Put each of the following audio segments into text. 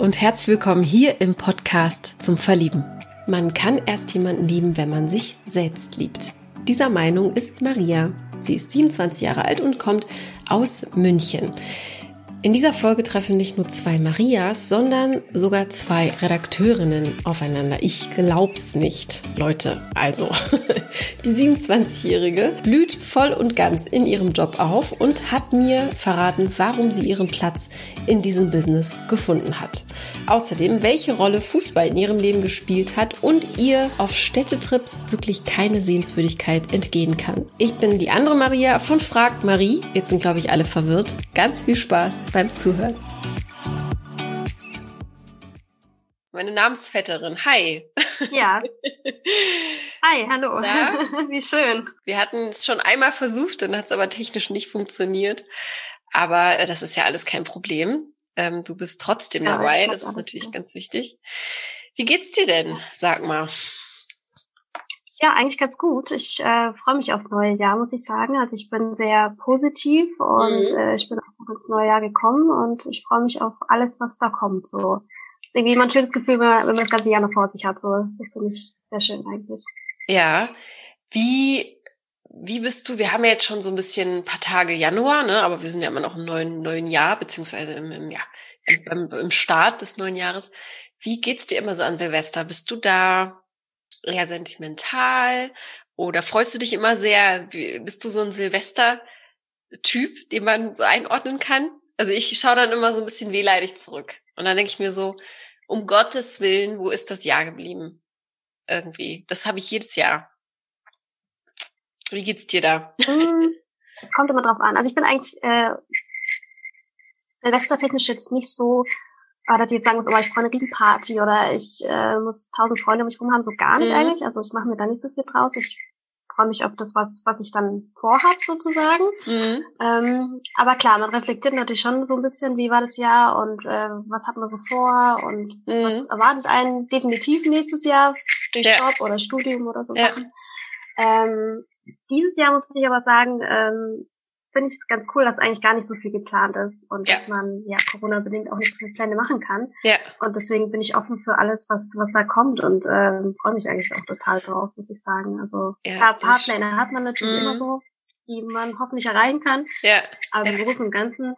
und herzlich willkommen hier im Podcast zum Verlieben. Man kann erst jemanden lieben, wenn man sich selbst liebt. Dieser Meinung ist Maria. Sie ist 27 Jahre alt und kommt aus München. In dieser Folge treffen nicht nur zwei Marias, sondern sogar zwei Redakteurinnen aufeinander. Ich glaub's nicht, Leute. Also, die 27-Jährige blüht voll und ganz in ihrem Job auf und hat mir verraten, warum sie ihren Platz in diesem Business gefunden hat. Außerdem, welche Rolle Fußball in ihrem Leben gespielt hat und ihr auf Städtetrips wirklich keine Sehenswürdigkeit entgehen kann. Ich bin die andere Maria von Fragt Marie. Jetzt sind, glaube ich, alle verwirrt. Ganz viel Spaß beim Zuhören. Meine Namensvetterin, hi. Ja. Hi, hallo. Na? Wie schön. Wir hatten es schon einmal versucht, dann hat es aber technisch nicht funktioniert. Aber das ist ja alles kein Problem. Du bist trotzdem dabei, das ist natürlich ganz wichtig. Wie geht's dir denn? Sag mal. Ja, eigentlich ganz gut. Ich freue mich aufs neue Jahr, muss ich sagen. Also ich bin sehr positiv und ich bin auch ins neue Jahr gekommen und ich freue mich auf alles, was da kommt. So ist irgendwie immer ein schönes Gefühl, wenn man das ganze Jahr noch vor sich hat. So, das finde ich sehr schön eigentlich. Ja. Wie bist du? Wir haben ja jetzt schon so ein bisschen ein paar Tage Januar, ne? Aber wir sind ja immer noch im neuen Jahr, beziehungsweise im Start des neuen Jahres. Wie geht's dir immer so an Silvester? Bist du da eher sentimental oder freust du dich immer sehr? Bist du so ein Silvester-Typ, den man so einordnen kann? Also ich schaue dann immer so ein bisschen wehleidig zurück. Und dann denke ich mir so, um Gottes Willen, wo ist das Jahr geblieben? Irgendwie. Das habe ich jedes Jahr. Wie geht's dir da? Es kommt immer drauf an. Also ich bin eigentlich silvestertechnisch jetzt nicht so, dass ich jetzt sagen muss, oh, ich brauche eine Riesenparty oder ich muss 1000 Freunde um mich rum haben, so gar nicht eigentlich. Also ich mache mir da nicht so viel draus. Ich freue mich auf das, was ich dann vorhab sozusagen. Aber klar, man reflektiert natürlich schon so ein bisschen, wie war das Jahr und was hat man so vor und was erwartet einen definitiv nächstes Jahr durch Job oder Studium oder so Sachen. Dieses Jahr muss ich aber sagen, finde ich es ganz cool, dass eigentlich gar nicht so viel geplant ist und dass man Corona-bedingt auch nicht so viele Pläne machen kann. Ja. Und deswegen bin ich offen für alles, was da kommt und freue mich eigentlich auch total drauf, muss ich sagen. Also klar, Fahrpläne hat man natürlich immer so, die man hoffentlich erreichen kann. Ja. Aber im Großen und Ganzen,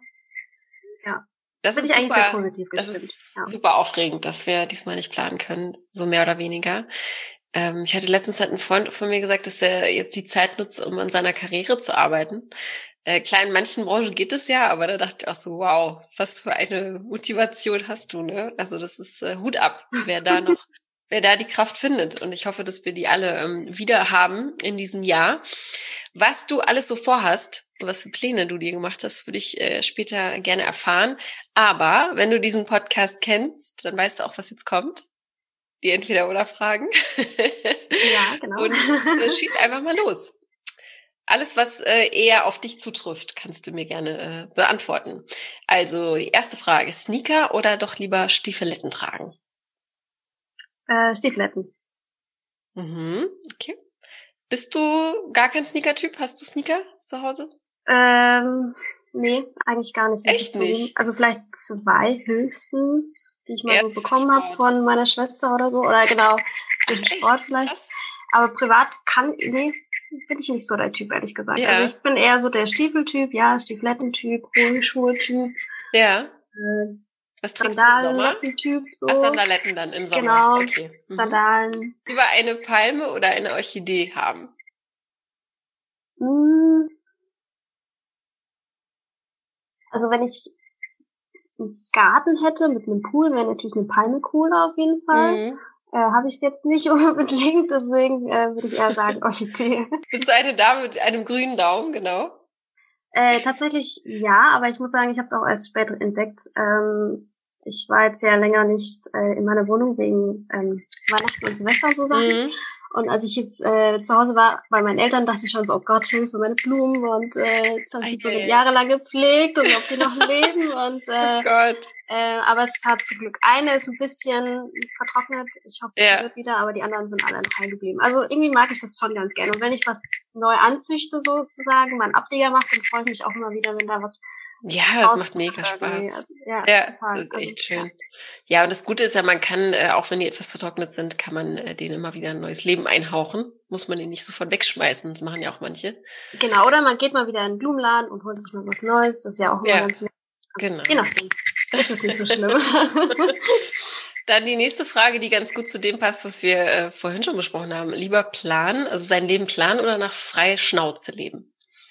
das bin ist ich eigentlich sehr positiv gestimmt. Das ist super aufregend, dass wir diesmal nicht planen können, so mehr oder weniger. Ich hatte letztens ein Freund von mir gesagt, dass er jetzt die Zeit nutzt, um an seiner Karriere zu arbeiten. Klar, in manchen Branchen geht es ja, aber da dachte ich auch so, wow, was für eine Motivation hast du, ne? Also das ist Hut ab, wer da die Kraft findet. Und ich hoffe, dass wir die alle wieder haben in diesem Jahr. Was du alles so vorhast, was für Pläne du dir gemacht hast, würde ich später gerne erfahren. Aber wenn du diesen Podcast kennst, dann weißt du auch, was jetzt kommt. Die Entweder-oder-Fragen. Ja, genau. Und schieß einfach mal los. Alles, was eher auf dich zutrifft, kannst du mir gerne beantworten. Also, die erste Frage, Sneaker oder doch lieber Stiefeletten tragen? Stiefeletten. Okay. Bist du gar kein Sneaker-Typ? Hast du Sneaker zu Hause? Nee, eigentlich gar nicht. Echt nicht? Also vielleicht 2 höchstens, die ich mal so bekommen habe von meiner Schwester oder so. Oder genau, für den Sport vielleicht. Krass. Aber privat bin ich nicht so der Typ, ehrlich gesagt. Ja. Also ich bin eher so der Stiefeltyp, Stieflettentyp, Hohlschuhe-Typ. Ja. Was trägst du im Sommer? Typ, so. Ach, Sandaletten dann im Sommer. Genau, okay. Sandalen. Lieber eine Palme oder eine Orchidee haben? Also wenn ich einen Garten hätte mit einem Pool, wäre natürlich eine Palme cooler auf jeden Fall. Habe ich jetzt nicht unbedingt, deswegen würde ich eher sagen Orchidee. Bist du eine Dame mit einem grünen Daumen, genau? Tatsächlich ja, aber ich muss sagen, ich habe es auch erst später entdeckt. Ich war jetzt ja länger nicht in meiner Wohnung wegen Weihnachten und Silvester und so Sachen. Und als ich jetzt zu Hause war bei meinen Eltern, dachte ich schon so, oh Gott, Hilfe, meine Blumen. Und jetzt habe ich so jahrelang gepflegt und ob die noch leben. Und oh Gott. Aber es hat zum Glück eine ist ein bisschen vertrocknet. Ich hoffe, die wird wieder, aber die anderen sind alle noch heil geblieben. Also irgendwie mag ich das schon ganz gerne. Und wenn ich was neu anzüchte sozusagen, mal einen Ableger mache, dann freue ich mich auch immer wieder, wenn da was Ja, es macht mega Spaß. Ja, total. Das ist echt schön. Ja, und das Gute ist ja, man kann, auch wenn die etwas vertrocknet sind, kann man denen immer wieder ein neues Leben einhauchen. Muss man die nicht sofort wegschmeißen. Das machen ja auch manche. Genau, oder man geht mal wieder in den Blumenladen und holt sich mal was Neues. Das ist ja auch immer ganz nett. Genau. Je nachdem. Das ist nicht so schlimm. Dann die nächste Frage, die ganz gut zu dem passt, was wir vorhin schon besprochen haben. Lieber planen, also sein Leben planen oder nach freie Schnauze leben?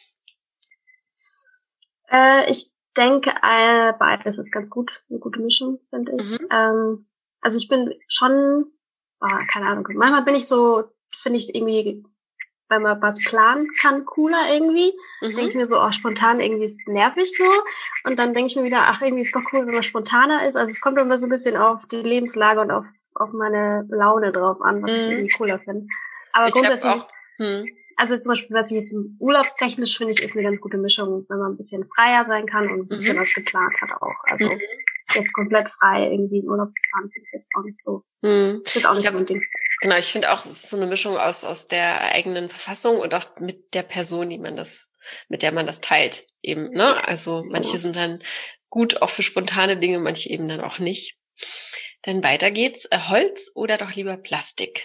Ich denke, beides ist ganz gut. Eine gute Mischung, finde ich. Also ich bin schon, keine Ahnung, manchmal bin ich so, finde ich irgendwie, wenn man was planen kann, cooler irgendwie. Denke ich mir so, spontan irgendwie ist nervig so. Und dann denke ich mir wieder, irgendwie ist doch cool, wenn man spontaner ist. Also es kommt immer so ein bisschen auf die Lebenslage und auf meine Laune drauf an, was ich irgendwie cooler finde. Aber ich grundsätzlich auch, also zum Beispiel, was ich jetzt urlaubstechnisch finde ich, ist eine ganz gute Mischung, wenn man ein bisschen freier sein kann und ein bisschen was geplant hat auch. Also jetzt komplett frei irgendwie in Urlaub zu fahren, finde ich jetzt auch nicht so. Das ist auch nicht so ein Ding. Genau, ich finde auch, es ist so eine Mischung aus der eigenen Verfassung und auch mit der Person, mit der man das teilt eben, ne? Also manche sind dann gut auch für spontane Dinge, manche eben dann auch nicht. Dann weiter geht's. Holz oder doch lieber Plastik?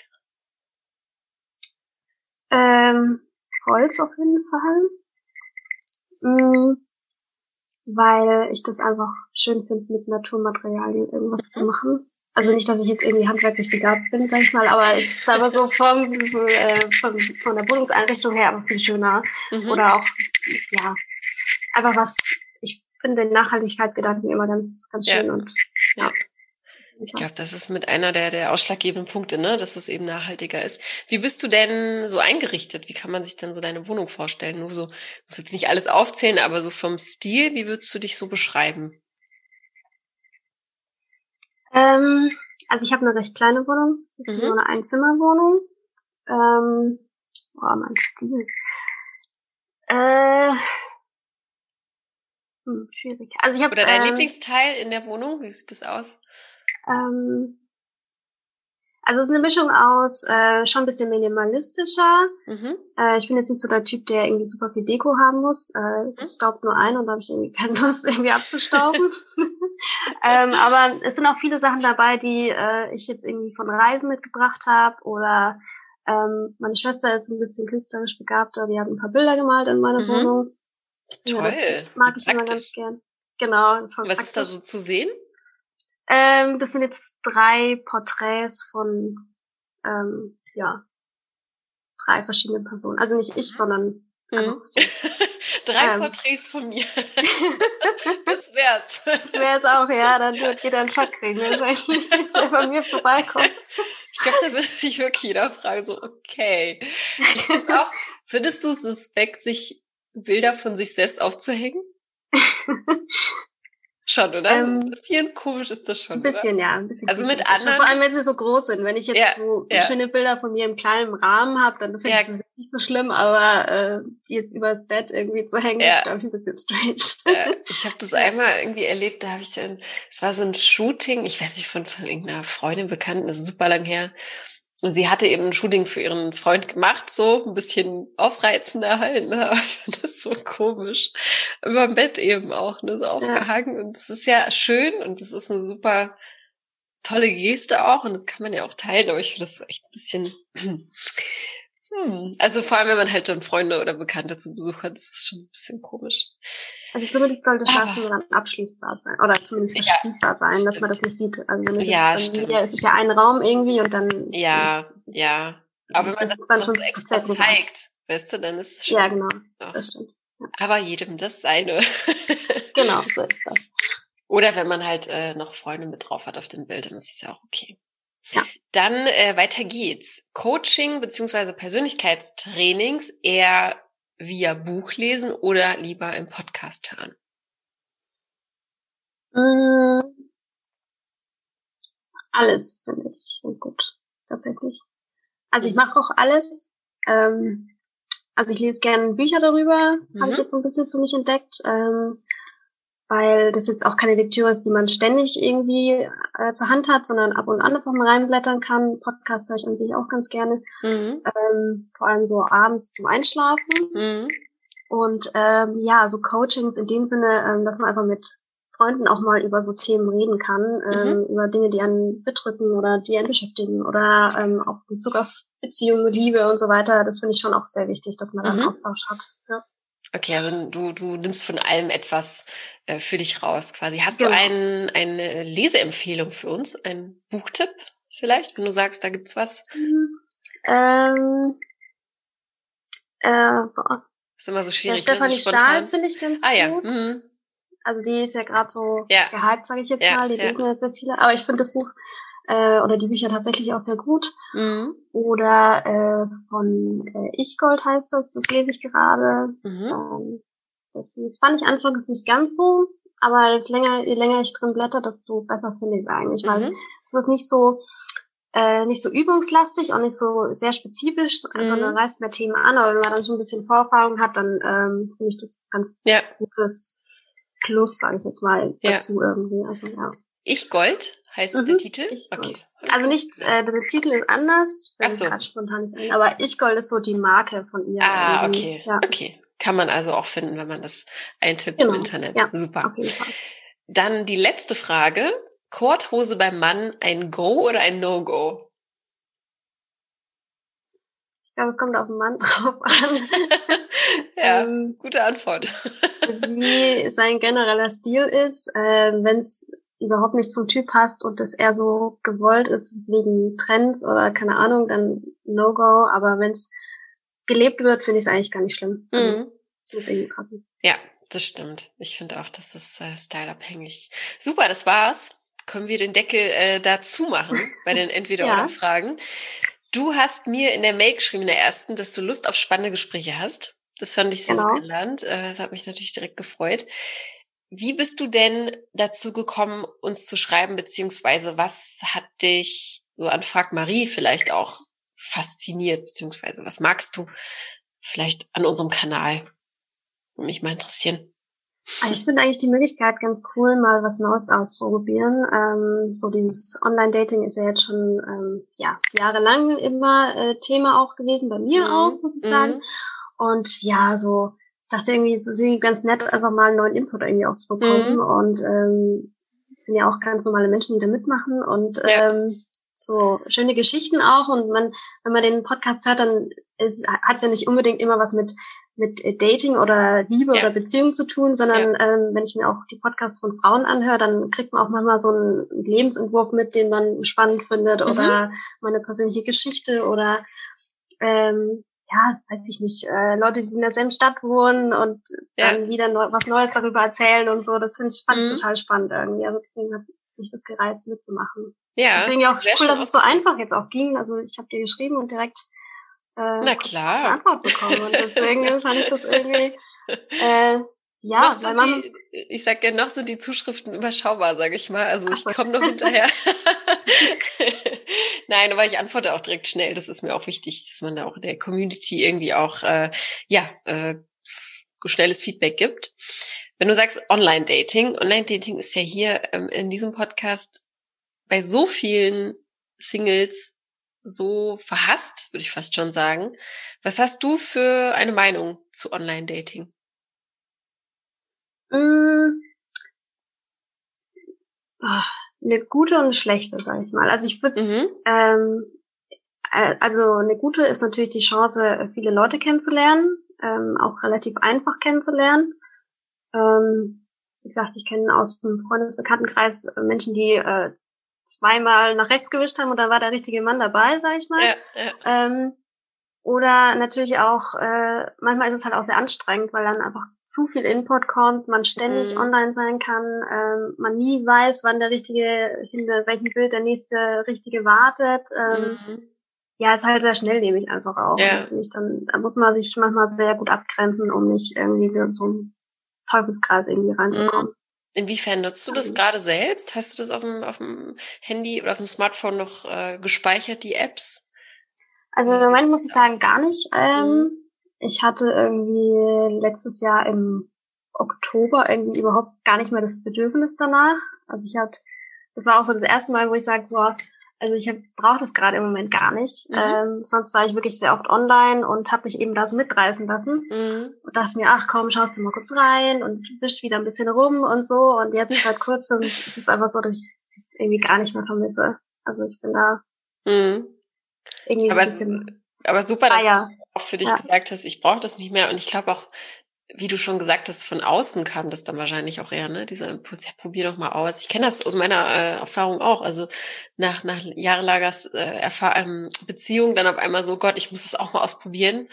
Holz auf jeden Fall. Weil ich das einfach schön finde, mit Naturmaterialien irgendwas zu machen. Also nicht, dass ich jetzt irgendwie handwerklich begabt bin, sag ich mal, aber es ist aber so von der Wohnungseinrichtung her aber viel schöner. Oder auch, ja, einfach was, ich finde den Nachhaltigkeitsgedanken immer ganz, ganz schön und ja. Ich glaube, das ist mit einer der ausschlaggebenden Punkte, ne, dass es eben nachhaltiger ist. Wie bist du denn so eingerichtet? Wie kann man sich denn so deine Wohnung vorstellen? Nur so, muss jetzt nicht alles aufzählen, aber so vom Stil, wie würdest du dich so beschreiben? Also ich habe eine recht kleine Wohnung. Das ist nur eine Einzimmerwohnung. Mein Stil. Schwierig. Also ich habe. Oder dein Lieblingsteil in der Wohnung? Wie sieht das aus? Also es ist eine Mischung aus schon ein bisschen minimalistischer. Ich bin jetzt nicht so der Typ, der irgendwie super viel Deko haben muss. Das staubt nur ein und da habe ich irgendwie keine Lust, irgendwie abzustauben. Aber es sind auch viele Sachen dabei, die ich jetzt irgendwie von Reisen mitgebracht habe. Oder meine Schwester ist ein bisschen künstlerisch begabter, die hat ein paar Bilder gemalt in meiner Wohnung. Toll. Ja, das mag ich immer ganz gern. Genau. Das ist was ist da so zu sehen? Das sind jetzt 3 Porträts von, 3 verschiedenen Personen. Also nicht ich, sondern einfach so. 3 Porträts von mir. Das wär's. Das wär's auch, ja. Dann wird jeder einen Schock kriegen, wahrscheinlich, der bei mir vorbeikommt. Ich glaube, da würde sich wirklich jeder fragen, so, okay. Ich find's auch, findest du es suspekt, sich Bilder von sich selbst aufzuhängen? Schon, oder? Ein bisschen komisch ist das schon, ein bisschen, oder? Ja. Ein bisschen also mit anderen... Vor allem, wenn sie so groß sind. Wenn ich jetzt schöne Bilder von mir im kleinen Rahmen habe, dann finde ich das nicht so schlimm, aber die jetzt übers Bett irgendwie zu hängen, ist, glaube ich, ein bisschen strange. Ich habe das einmal irgendwie erlebt, da habe ich dann... Es war so ein Shooting, ich weiß nicht, von irgendeiner Freundin, Bekannten, das ist super lang her. Und sie hatte eben ein Shooting für ihren Freund gemacht, so ein bisschen aufreizender halt, ne? Aber ich fand das so komisch. Über dem Bett eben auch, ne? So aufgehangen. Und das ist ja schön und das ist eine super tolle Geste auch und das kann man ja auch teilen, aber ich finde das so echt ein bisschen also vor allem, wenn man halt dann Freunde oder Bekannte zu Besuch hat, das ist schon ein bisschen komisch. Also zumindest sollte Straßen dann abschließbar sein. Oder zumindest verschließbar sein, dass man das nicht sieht. Also wenn es es ist ja ein Raum irgendwie und dann... Ja. Aber wenn man das dann schon extra zeigt, weißt du, dann ist es schon... Ja, genau. Das stimmt. Ja. Aber jedem das seine. Genau, so ist das. Oder wenn man halt noch Freunde mit drauf hat auf dem Bild, dann ist es ja auch okay. Ja. Dann weiter geht's. Coaching bzw. Persönlichkeitstrainings eher via Buch lesen oder lieber im Podcast hören? Alles finde ich gut, tatsächlich. Also ich mache auch alles. Also ich lese gerne Bücher darüber, habe ich jetzt so ein bisschen für mich entdeckt, weil das jetzt auch keine Lektüre ist, die man ständig irgendwie zur Hand hat, sondern ab und an einfach mal reinblättern kann. Podcast höre ich an sich auch ganz gerne. Vor allem so abends zum Einschlafen. Und ja, so Coachings in dem Sinne, dass man einfach mit Freunden auch mal über so Themen reden kann, über Dinge, die einen bedrücken oder die einen beschäftigen oder auch in Bezug auf Beziehungen, Liebe und so weiter. Das finde ich schon auch sehr wichtig, dass man da einen Austausch hat. Ja. Okay, also du nimmst von allem etwas für dich raus quasi. Hast Genau. du eine Leseempfehlung für uns? Einen Buchtipp vielleicht, wenn du sagst, da gibt's was? Boah. Ist immer so schwierig, Stefanie so spontan. Stahl finde ich ganz gut. Ja. Also die ist ja gerade so gehypt, sage ich jetzt mal. Die lesen ja sehr viele. Aber ich finde das Buch oder die Bücher tatsächlich auch sehr gut. Oder von Ichgold heißt das lese ich gerade. Das fand ich anfangs nicht ganz so, aber je länger ich drin blätter, desto besser finde ich es eigentlich. Weil es ist nicht so übungslastig und nicht so sehr spezifisch, sondern reißt mehr Themen an. Aber wenn man dann schon ein bisschen Vorerfahrung hat, dann finde ich das ganz gutes Plus, sage ich jetzt mal, dazu irgendwie. Also, ja. Ichgold heißt der Titel? Okay. Also nicht, der Titel ist anders, fällt mir gerade spontan nicht ein, aber Ichgold ist so die Marke von ihr. Okay. Ja. Okay. Kann man also auch finden, wenn man das eintippt im Internet. Ja, super. Auf jeden Fall. Dann die letzte Frage. Korthose beim Mann, ein Go oder ein No-Go? Ich glaube, es kommt auf den Mann drauf an. Gute Antwort. Wie sein genereller Stil ist, wenn es überhaupt nicht zum Typ passt und das eher so gewollt ist wegen Trends oder keine Ahnung, dann No-Go. Aber wenn es gelebt wird, finde ich es eigentlich gar nicht schlimm. Also, es muss irgendwie passen. Ja, das stimmt. Ich finde auch, das ist styleabhängig. Super, das war's. Können wir den Deckel dazu machen bei den Entweder-oder-Fragen. Du hast mir in der Mail geschrieben, in der ersten, dass du Lust auf spannende Gespräche hast. Das fand ich sehr einladend. Das hat mich natürlich direkt gefreut. Wie bist du denn dazu gekommen, uns zu schreiben, beziehungsweise was hat dich so an Frag Marie vielleicht auch fasziniert, beziehungsweise was magst du vielleicht an unserem Kanal? Würde mich mal interessieren. Also ich finde eigentlich die Möglichkeit ganz cool, mal was Neues auszuprobieren. So dieses Online-Dating ist ja jetzt schon jahrelang immer Thema auch gewesen, bei mir auch, muss ich sagen. Und ja, so ich dachte irgendwie, es ist irgendwie ganz nett, einfach mal einen neuen Input irgendwie auch zu bekommen. Und es sind ja auch ganz normale Menschen, die da mitmachen und so schöne Geschichten auch. Und wenn man den Podcast hört, dann hat es ja nicht unbedingt immer was mit Dating oder Liebe oder Beziehung zu tun, sondern wenn ich mir auch die Podcasts von Frauen anhöre, dann kriegt man auch manchmal so einen Lebensentwurf mit, den man spannend findet oder mal eine persönliche Geschichte oder weiß ich nicht, Leute, die in derselben Stadt wohnen und dann wieder was Neues darüber erzählen und so. Das fand ich total spannend irgendwie. Also deswegen hat mich das gereizt, mitzumachen. Ja. Deswegen auch cool, dass es so einfach jetzt auch ging. Also ich habe dir geschrieben und direkt na klar. eine Antwort bekommen. Und deswegen fand ich das irgendwie ich sag ja, noch sind die Zuschriften überschaubar, sage ich mal. Also ich komme noch hinterher. Nein, aber ich antworte auch direkt schnell. Das ist mir auch wichtig, dass man da auch der Community irgendwie auch schnelles Feedback gibt. Wenn du sagst Online-Dating ist ja hier in diesem Podcast bei so vielen Singles so verhasst, würde ich fast schon sagen. Was hast du für eine Meinung zu Online-Dating? Eine gute und eine schlechte, sage ich mal. Also ich würde also eine gute ist natürlich die Chance, viele Leute kennenzulernen, auch relativ einfach kennenzulernen. Wie gesagt, ich kenne aus dem Freundesbekanntenkreis Menschen, die zweimal nach rechts gewischt haben und dann war der richtige Mann dabei, sag ich mal. Oder natürlich auch, manchmal ist es halt auch sehr anstrengend, weil dann einfach zu viel Input kommt, man ständig online sein kann, man nie weiß, wann der Richtige, hinter welchem Bild der nächste Richtige wartet. Ja, ist halt sehr schnelllebig einfach auch. Und das finde ich dann, da muss man sich manchmal sehr gut abgrenzen, um nicht irgendwie in so einen Teufelskreis irgendwie reinzukommen. Inwiefern nutzt du das gerade selbst? Hast du das auf dem Handy oder auf dem Smartphone noch gespeichert, die Apps? Also im Moment muss ich sagen, gar nicht. Ich hatte irgendwie letztes Jahr im Oktober irgendwie überhaupt gar nicht mehr das Bedürfnis danach. Also das war auch so das erste Mal, wo ich sage, boah, Also ich brauche das gerade im Moment gar nicht. Mhm. Sonst war ich wirklich sehr oft online und habe mich eben da so mitreißen lassen. Mhm. Und dachte mir, ach komm, schaust du mal kurz rein und wisch wieder ein bisschen rum und so. Und jetzt seit kurzem ist es einfach so, dass ich das irgendwie gar nicht mehr vermisse. Also ich bin da Mhm. irgendwie so Aber ein es, bisschen aber super, dass du freier. auch für dich Ja, gesagt hast, ich brauche das nicht mehr. Und ich glaube auch, wie du schon gesagt hast, von außen kam das dann wahrscheinlich auch eher, ne? Dieser Impuls, ja, probier doch mal aus. Ich kenne das aus meiner Erfahrung auch. Also nach jahrelanger Beziehung dann auf einmal so, Gott, ich muss das auch mal ausprobieren.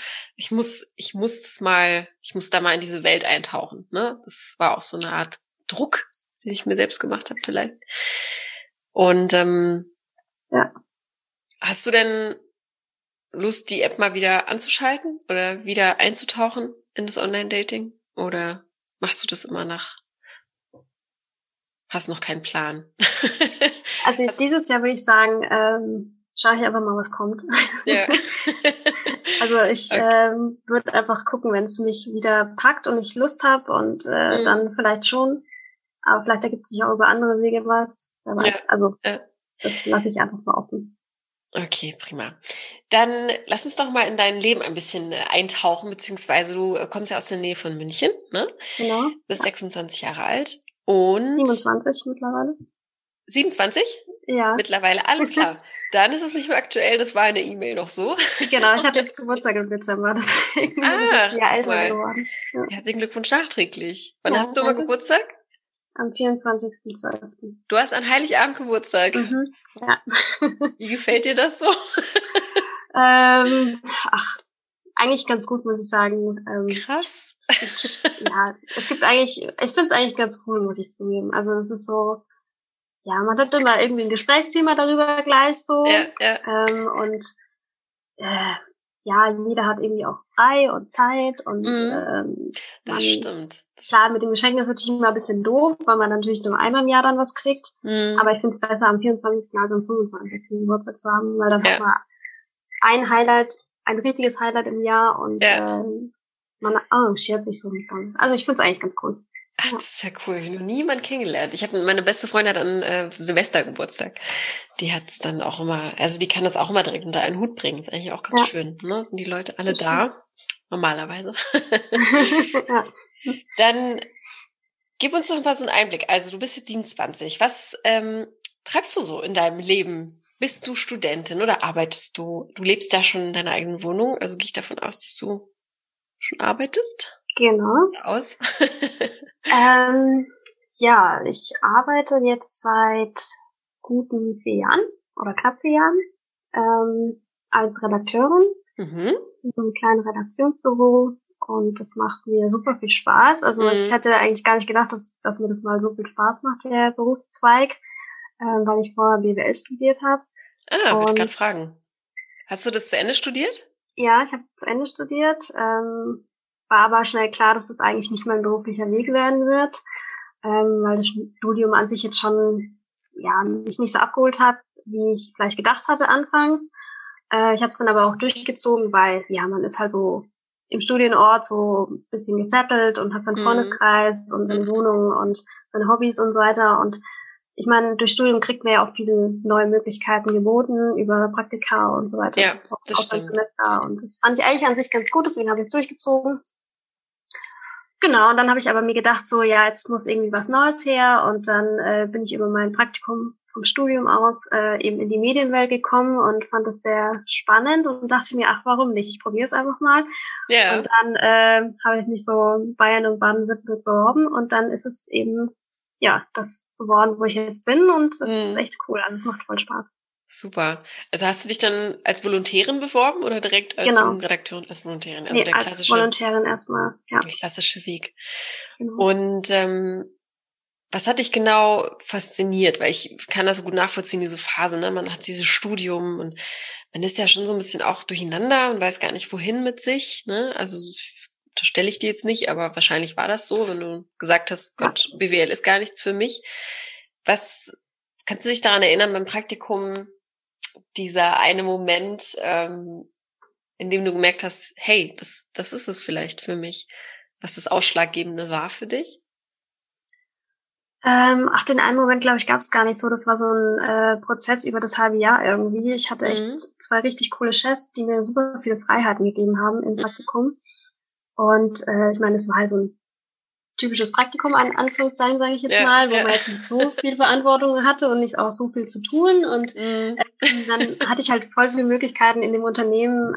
Ich muss da mal in diese Welt eintauchen. Ne? Das war auch so eine Art Druck, den ich mir selbst gemacht habe vielleicht. Und ja. hast du denn Lust, die App mal wieder anzuschalten oder wieder einzutauchen in das Online-Dating? Oder machst du das immer hast noch keinen Plan? Also Hast, dieses Jahr würde ich sagen, schaue ich einfach mal, was kommt. ja. Also ich Okay. würde einfach gucken, wenn es mich wieder packt und ich Lust habe und Mhm. dann vielleicht schon. Aber vielleicht ergibt sich auch über andere Wege was. Wer Ja. weiß. Also Ja. das lasse ich einfach mal offen. Okay, prima. Dann lass uns doch mal in dein Leben ein bisschen eintauchen, beziehungsweise du kommst ja aus der Nähe von München, ne? Genau. Bist Ja. 26 Jahre alt und 27 mittlerweile. 27? Ja. Mittlerweile, alles klar. Dann ist es nicht mehr aktuell, das war in der E-Mail noch so. Genau, ich hatte jetzt Geburtstag im Dezember, deswegen bin ich jetzt Ach, ein Jahr guck älter mal. geworden. Ja, Herzlichen Glückwunsch nachträglich. Wann ja hast du immer danke. Geburtstag? Am 24.12. Du hast an Heiligabend Geburtstag. Mhm. Ja. Wie gefällt dir das so? ähm, ach, eigentlich ganz gut, muss ich sagen. Krass. Es gibt eigentlich, ich finde es eigentlich ganz cool, muss ich zugeben. Also es ist so, ja, man hat immer irgendwie ein Gesprächsthema darüber gleich so. Ja, ja. Und äh, ja, jeder hat irgendwie auch frei und Zeit und Mhm. Das man, stimmt. klar, mit dem Geschenk ist natürlich immer ein bisschen doof, weil man natürlich nur einmal im Jahr dann was kriegt. Mhm. Aber ich finde es besser, am 24. als am 25. Geburtstag zu haben, weil dann hat Ja, man ein Highlight, ein richtiges Highlight im Jahr und ja. man arrangiert sich so mit dann. Also ich finde es eigentlich ganz cool. Ach, Ja. das ist ja cool. Ich habe noch niemand kennengelernt. Meine beste Freundin hat an Silvester Geburtstag. Die hat's dann auch immer, also die kann das auch immer direkt unter einen Hut bringen. Ist eigentlich auch ganz Ja, schön, ne? Sind die Leute alle das stimmt. da? Normalerweise. Ja. Dann gib uns doch mal so einen Einblick. Also du bist jetzt 27. Was treibst du so in deinem Leben? Bist du Studentin oder arbeitest du? Du lebst ja schon in deiner eigenen Wohnung, also gehe ich davon aus, dass du schon arbeitest? Genau. Aus? Ähm, ja, ich arbeite jetzt seit guten 4 Jahren oder knapp 4 Jahren als Redakteurin Mhm. in einem kleinen Redaktionsbüro und das macht mir super viel Spaß. Also ich Mhm. hätte eigentlich gar nicht gedacht, dass mir das mal so viel Spaß macht, der Berufszweig, weil ich vorher BWL studiert habe. Ah, wollte ich gerade Und fragen. Hast du das zu Ende studiert? ja, ich habe zu Ende studiert, war aber schnell klar, dass das eigentlich nicht mein beruflicher Weg werden wird, weil das Studium an sich jetzt schon ja mich nicht so abgeholt hat, wie ich vielleicht gedacht hatte anfangs. Ich habe es dann aber auch durchgezogen, weil ja man ist halt so im Studienort so ein bisschen gesettelt und hat seinen Mhm. Freundeskreis und seine Wohnung und seine Hobbys und so weiter. Und ich meine, durch Studium kriegt man ja auch viele neue Möglichkeiten geboten über Praktika und so weiter, Ja, das stimmt. Auslandssemester. Und das fand ich eigentlich an sich ganz gut, deswegen habe ich es durchgezogen. Genau, und dann habe ich aber mir gedacht, so, ja, jetzt muss irgendwie was Neues her. Und dann bin ich über mein Praktikum vom Studium aus eben in die Medienwelt gekommen und fand das sehr spannend und dachte mir, ach, warum nicht? Ich probiere es einfach mal. Und Ja, dann habe ich mich so in Bayern und Baden-Württemberg beworben und dann ist es eben, ja, das geworden, wo ich jetzt bin und das ist mhm. echt cool. Also es macht voll Spaß. Super. Also hast du dich dann als Volontärin beworben oder direkt als Genau. Jugendredakteurin als Volontärin? Also Nee, als Volontärin erstmal, ja, der klassische Weg. genau. Und was hat dich genau fasziniert? Weil ich kann das so gut nachvollziehen, diese Phase, ne? Man hat dieses Studium und man ist ja schon so ein bisschen auch durcheinander und weiß gar nicht, wohin mit sich, ne? Also das stelle ich dir jetzt nicht, aber wahrscheinlich war das so, wenn du gesagt hast, Ja. Gott, BWL ist gar nichts für mich. Was kannst du dich daran erinnern beim Praktikum, dieser eine Moment, in dem du gemerkt hast, hey, das ist es vielleicht für mich, was das Ausschlaggebende war für dich? Den einen Moment, glaube ich, gab es gar nicht so. Das war so ein Prozess über das halbe Jahr irgendwie. Ich hatte echt 2 richtig coole Chefs, die mir super viele Freiheiten gegeben haben im Praktikum. Und ich meine, es war halt so ein typisches Praktikum, an Anführungszeichen, sage ich jetzt mal, wo man jetzt nicht so viel Verantwortung hatte und nicht auch so viel zu tun. Und dann hatte ich halt voll viele Möglichkeiten in dem Unternehmen,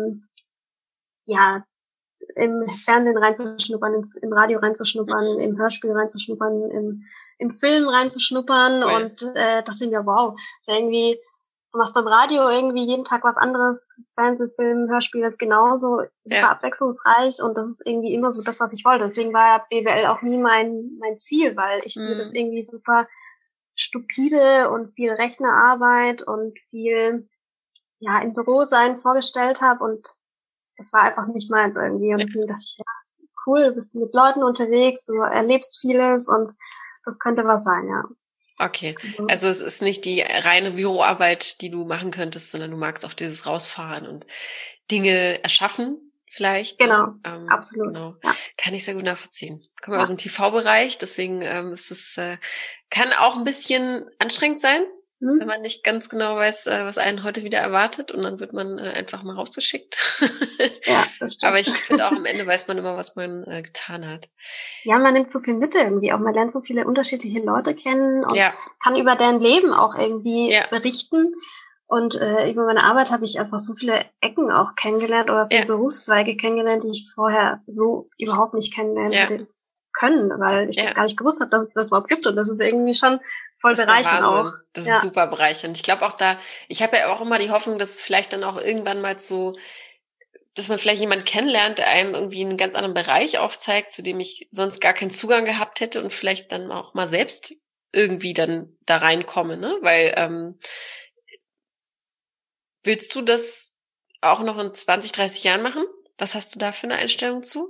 im Fernsehen reinzuschnuppern, im Radio reinzuschnuppern, im Hörspiel reinzuschnuppern, im Film reinzuschnuppern und dachte mir, wow, irgendwie, du machst beim Radio irgendwie jeden Tag was anderes, Fernsehfilm, Hörspiel ist genauso super abwechslungsreich und das ist irgendwie immer so das, was ich wollte. Deswegen war BWL auch nie mein Ziel, weil ich mir das irgendwie super stupide und viel Rechnerarbeit und viel im Büro sein vorgestellt habe und es war einfach nicht meins irgendwie. Und deswegen dachte ich, ja, cool, du bist mit Leuten unterwegs, du erlebst vieles und das könnte was sein, ja. Okay, also es ist nicht die reine Büroarbeit, die du machen könntest, sondern du magst auch dieses Rausfahren und Dinge erschaffen vielleicht. Genau, absolut. Genau. Ja. Kann ich sehr gut nachvollziehen. Ich komme aus dem TV-Bereich, deswegen ist es kann auch ein bisschen anstrengend sein, wenn man nicht ganz genau weiß, was einen heute wieder erwartet und dann wird man einfach mal rausgeschickt. Ja, das stimmt. Aber ich finde auch am Ende weiß man immer, was man getan hat. Ja, man nimmt so viel mit irgendwie auch. Man lernt so viele unterschiedliche Leute kennen und kann über deren Leben auch irgendwie berichten. Und über meine Arbeit habe ich einfach so viele Ecken auch kennengelernt oder viele Berufszweige kennengelernt, die ich vorher so überhaupt nicht kennenlernen hätte können, weil ich das gar nicht gewusst habe, dass es das überhaupt gibt. Und das ist irgendwie schon voll bereichernd auch. Das ist super bereichernd. Ich glaube auch ich habe ja auch immer die Hoffnung, dass es vielleicht dann auch irgendwann mal so, dass man vielleicht jemanden kennenlernt, der einem irgendwie einen ganz anderen Bereich aufzeigt, zu dem ich sonst gar keinen Zugang gehabt hätte und vielleicht dann auch mal selbst irgendwie dann da reinkomme, ne? Weil willst du das auch noch in 20, 30 Jahren machen? Was hast du da für eine Einstellung zu?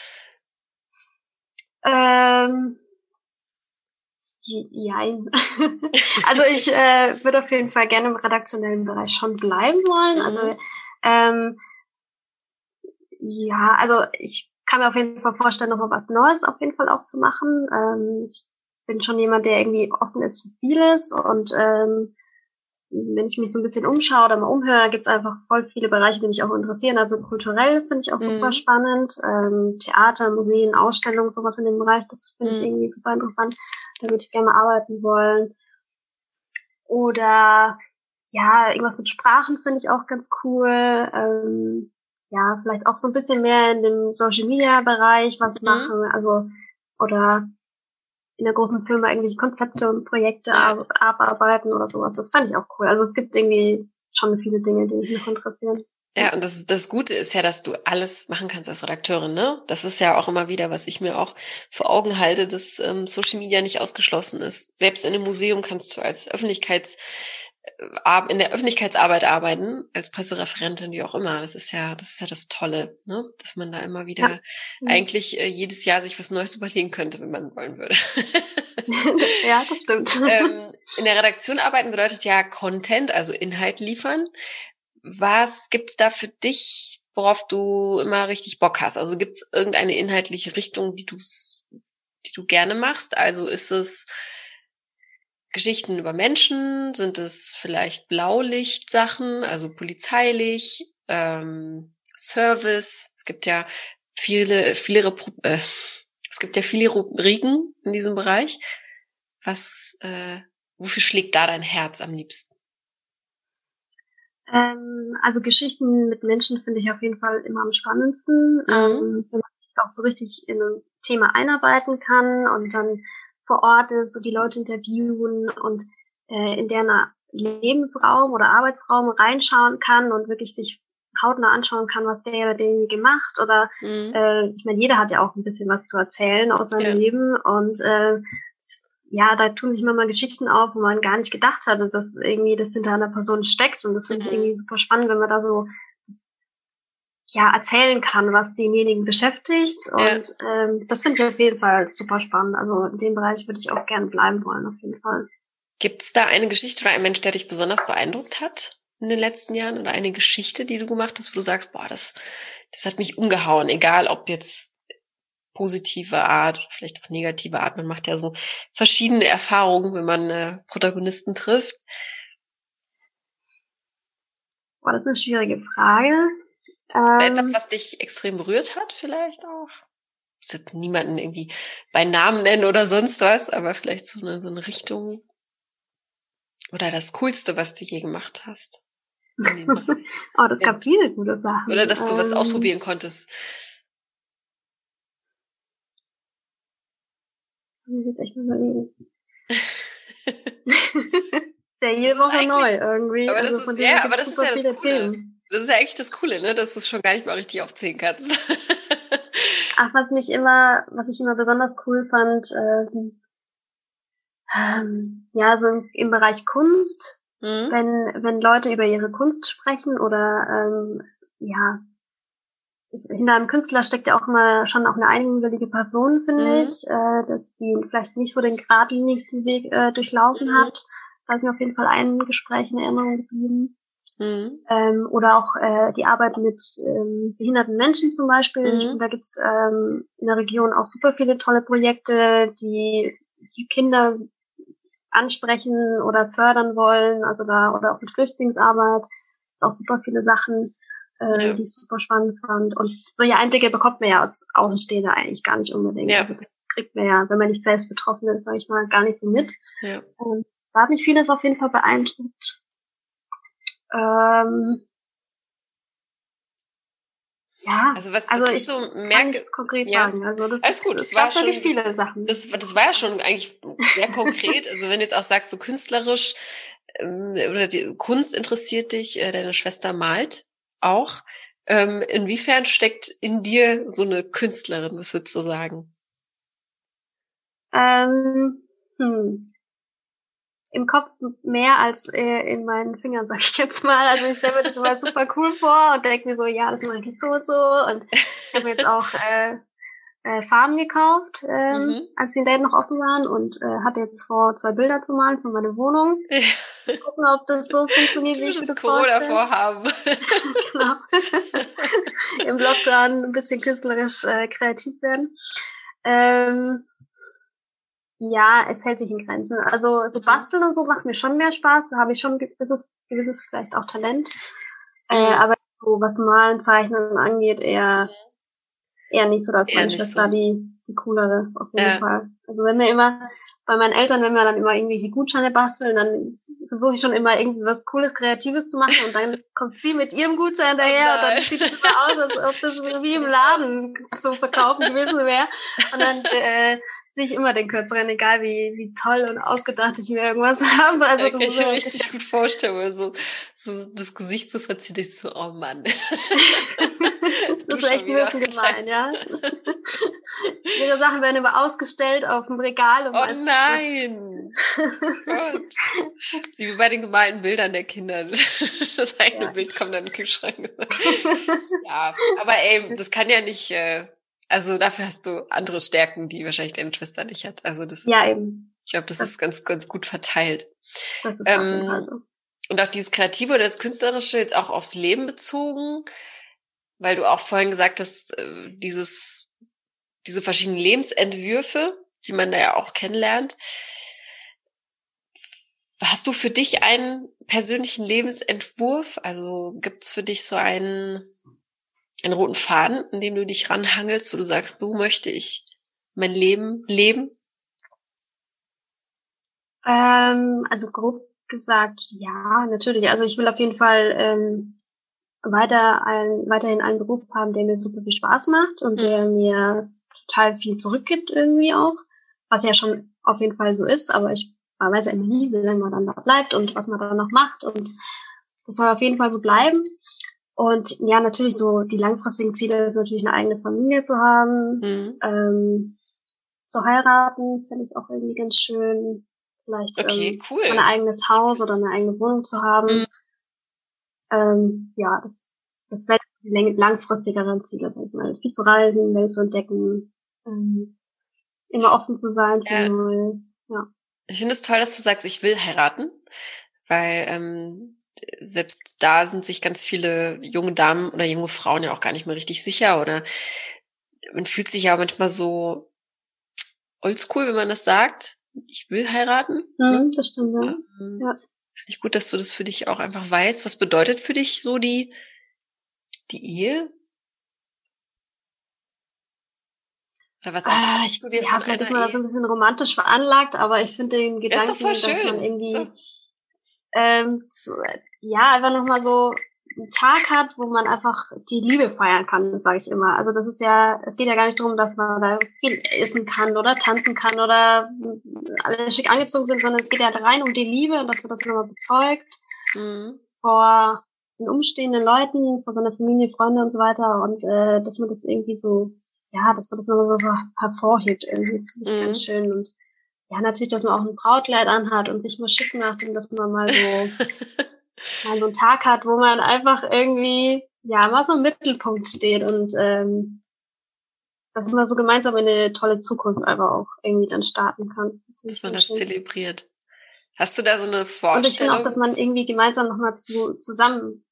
Jein. Also ich würde auf jeden Fall gerne im redaktionellen Bereich schon bleiben wollen. Also also ich kann mir auf jeden Fall vorstellen, noch mal was Neues auf jeden Fall auch zu machen. Ich bin schon jemand, der irgendwie offen ist für vieles und wenn ich mich so ein bisschen umschaue oder mal umhöre, gibt's einfach voll viele Bereiche, die mich auch interessieren. Also kulturell finde ich auch super spannend. Theater, Museen, Ausstellungen, sowas in dem Bereich, das finde ich irgendwie super interessant. Da würde ich gerne mal arbeiten wollen. Oder irgendwas mit Sprachen finde ich auch ganz cool. Vielleicht auch so ein bisschen mehr in dem Social-Media-Bereich was machen. Also, oder in der großen Firma irgendwelche Konzepte und Projekte abarbeiten oder sowas. Das fand ich auch cool. Also es gibt irgendwie schon viele Dinge, die mich noch interessieren. Ja, und das Gute ist ja, dass du alles machen kannst als Redakteurin, ne? Das ist ja auch immer wieder, was ich mir auch vor Augen halte, dass Social Media nicht ausgeschlossen ist. Selbst in einem Museum kannst du als in der Öffentlichkeitsarbeit arbeiten, als Pressereferentin, wie auch immer. Das ist ja das Tolle, ne? Dass man da immer wieder eigentlich jedes Jahr sich was Neues überlegen könnte, wenn man wollen würde. Ja, das stimmt. In der Redaktion arbeiten bedeutet ja Content, also Inhalt liefern. Was gibt's da für dich, worauf du immer richtig Bock hast? Also gibt's irgendeine inhaltliche Richtung, die du gerne machst? Also ist es Geschichten über Menschen? Sind es vielleicht Blaulichtsachen, also polizeilich, Service? Es gibt ja viele Rubriken in diesem Bereich. Wofür schlägt da dein Herz am liebsten? Also Geschichten mit Menschen finde ich auf jeden Fall immer am spannendsten. Wenn man sich auch so richtig in ein Thema einarbeiten kann und dann vor Ort ist, so die Leute interviewen und in deren Lebensraum oder Arbeitsraum reinschauen kann und wirklich sich hautnah anschauen kann, was der oder derjenige gemacht. Oder ich meine, jeder hat ja auch ein bisschen was zu erzählen aus seinem Leben und da tun sich manchmal Geschichten auf, wo man gar nicht gedacht hatte, dass irgendwie das hinter einer Person steckt. Und das finde ich irgendwie super spannend, wenn man da so erzählen kann, was denjenigen beschäftigt. Und das finde ich auf jeden Fall super spannend. Also in dem Bereich würde ich auch gerne bleiben wollen, auf jeden Fall. Gibt es da eine Geschichte oder ein Mensch, der dich besonders beeindruckt hat in den letzten Jahren? Oder eine Geschichte, die du gemacht hast, wo du sagst, boah, das hat mich umgehauen. Egal, ob jetzt positive Art, vielleicht auch negative Art. Man macht ja so verschiedene Erfahrungen, wenn man Protagonisten trifft. Boah, das ist eine schwierige Frage. Etwas, was dich extrem berührt hat, vielleicht auch? Ich muss niemanden irgendwie bei Namen nennen oder sonst was, aber vielleicht so eine Richtung. Oder das Coolste, was du je gemacht hast. Oh, das gab viele gute Sachen. Oder dass du was ausprobieren konntest. Ich muss jetzt echt mal überlegen. Ja, jede Woche neu irgendwie. Aber also das von ist, ja, aber das ist ja das Coole. Themen. Das ist ja eigentlich das Coole, ne, dass du es schon gar nicht mal richtig aufzählen kannst. Ach, was ich immer besonders cool fand, ja, so im Bereich Kunst, wenn Leute über ihre Kunst sprechen oder ja, hinter einem Künstler steckt ja auch immer schon auch eine eigenwillige Person, finde ich, dass die vielleicht nicht so den geradlinigsten Weg durchlaufen hat. Da ist mir auf jeden Fall ein Gespräch in Erinnerung geblieben. Oder auch die Arbeit mit behinderten Menschen zum Beispiel. Ich finde, da gibt's in der Region auch super viele tolle Projekte, die Kinder ansprechen oder fördern wollen, also da, oder auch mit Flüchtlingsarbeit, auch super viele Sachen, die ich super spannend fand. Und solche Einblicke bekommt man ja als Außenstehender eigentlich gar nicht unbedingt. Ja. Also das kriegt man ja, wenn man nicht selbst betroffen ist, sage ich mal, gar nicht so mit. Ja. Da hat mich vieles auf jeden Fall beeindruckt. Ja, also was ich so merke, kann nichts konkret sagen. Also das alles gut. Das war schon viele Sachen. Das war ja schon eigentlich sehr konkret. Also wenn du jetzt auch sagst, so künstlerisch oder die Kunst interessiert dich, deine Schwester malt auch. Inwiefern steckt in dir so eine Künstlerin? Was würdest du sagen? Im Kopf mehr als in meinen Fingern, sag ich jetzt mal. Also ich stelle mir das immer super cool vor und denke mir so, ja, das mache ich jetzt so und so. Und ich habe jetzt auch Farben gekauft, als die Läden noch offen waren und hatte jetzt vor, 2 Bilder zu malen für meine Wohnung. Ja. Gucken, ob das so funktioniert, wie ich mir das vorstelle. Vorhaben. Genau. Im Lockdown ein bisschen künstlerisch kreativ werden. Ja, es hält sich in Grenzen. Also so basteln und so macht mir schon mehr Spaß. Da habe ich schon gewisses vielleicht auch Talent. Aber so was Malen, Zeichnen angeht, eher nicht so, dass meine Schwester die coolere auf jeden Fall. Also wenn wir immer bei meinen Eltern, wenn wir dann immer irgendwelche Gutscheine basteln, dann versuche ich schon immer irgendwie was Cooles, Kreatives zu machen und dann kommt sie mit ihrem Gutschein daher und dann sieht es immer aus, als ob das wie im Laden zu verkaufen gewesen wäre. Und dann sehe ich immer den Kürzeren, egal wie toll und ausgedacht ich mir irgendwas habe. Also das kann ich mir richtig gut vorstellen, weil so das Gesicht so verzieht, ich so, oh Mann. Das ist echt ein bisschen gemein, ja. Ihre Sachen werden immer ausgestellt auf dem Regal. Und oh nein! Gott. Wie bei den gemalten Bildern der Kinder. Das eigene Bild kommt dann in den Kühlschrank. Ja, aber ey, das kann ja nicht... Also dafür hast du andere Stärken, die wahrscheinlich deine Schwester nicht hat. Also das ja, eben. Ich glaube, das ist ganz, ganz gut verteilt. Das ist auf jeden Fall so. Und auch dieses Kreative oder das Künstlerische jetzt auch aufs Leben bezogen, weil du auch vorhin gesagt hast, diese verschiedenen Lebensentwürfe, die man da ja auch kennenlernt. Hast du für dich einen persönlichen Lebensentwurf? Also gibt's für dich so einen roten Faden, in dem du dich ranhangelst, wo du sagst, so möchte ich mein Leben leben? Also grob gesagt, ja, natürlich. Also ich will auf jeden Fall weiterhin einen Beruf haben, der mir super viel Spaß macht und der mir total viel zurückgibt irgendwie auch, was ja schon auf jeden Fall so ist, aber man weiß ja immer nie, wie lange man dann da bleibt und was man dann noch macht und das soll auf jeden Fall so bleiben. Und ja, natürlich so die langfristigen Ziele ist natürlich eine eigene Familie zu haben, zu heiraten, finde ich auch irgendwie ganz schön. Vielleicht cool. ein eigenes Haus oder eine eigene Wohnung zu haben. Ja, das wäre die langfristigeren Ziele, sag ich mal. Viel zu reisen, Welt zu entdecken, immer offen zu sein für Neues. Ja. Ich finde es toll, dass du sagst, ich will heiraten, weil selbst da sind sich ganz viele junge Damen oder junge Frauen ja auch gar nicht mehr richtig sicher oder man fühlt sich ja manchmal so oldschool, wenn man das sagt. Ich will heiraten. Ne? Das stimmt, ja. Ja. Finde ich gut, dass du das für dich auch einfach weißt. Was bedeutet für dich so die Ehe? Oder was erwartest du dir von vielleicht einer ist man da so Ehe? ein bisschen romantisch veranlagt, aber ich finde den Ist doch voll Gedanken, dass man schön. irgendwie einfach nochmal so einen Tag hat, wo man einfach die Liebe feiern kann, das sage ich immer. Also das ist ja, es geht ja gar nicht darum, dass man da viel essen kann oder tanzen kann oder alle schick angezogen sind, sondern es geht ja rein um die Liebe und dass man das nochmal bezeugt vor den umstehenden Leuten, vor seiner Familie, Freunde und so weiter und dass man das irgendwie so, ja, dass man das nochmal so hervorhebt irgendwie, das finde ich ganz schön und ja, natürlich, dass man auch ein Brautkleid anhat und sich mal schick macht und dass man mal so einen Tag hat, wo man einfach irgendwie, ja, mal so im Mittelpunkt steht und dass man so gemeinsam in eine tolle Zukunft einfach auch irgendwie dann starten kann. Dass man das zelebriert. Hast du da so eine Vorstellung? Und ich finde auch, dass man irgendwie gemeinsam nochmal zusammen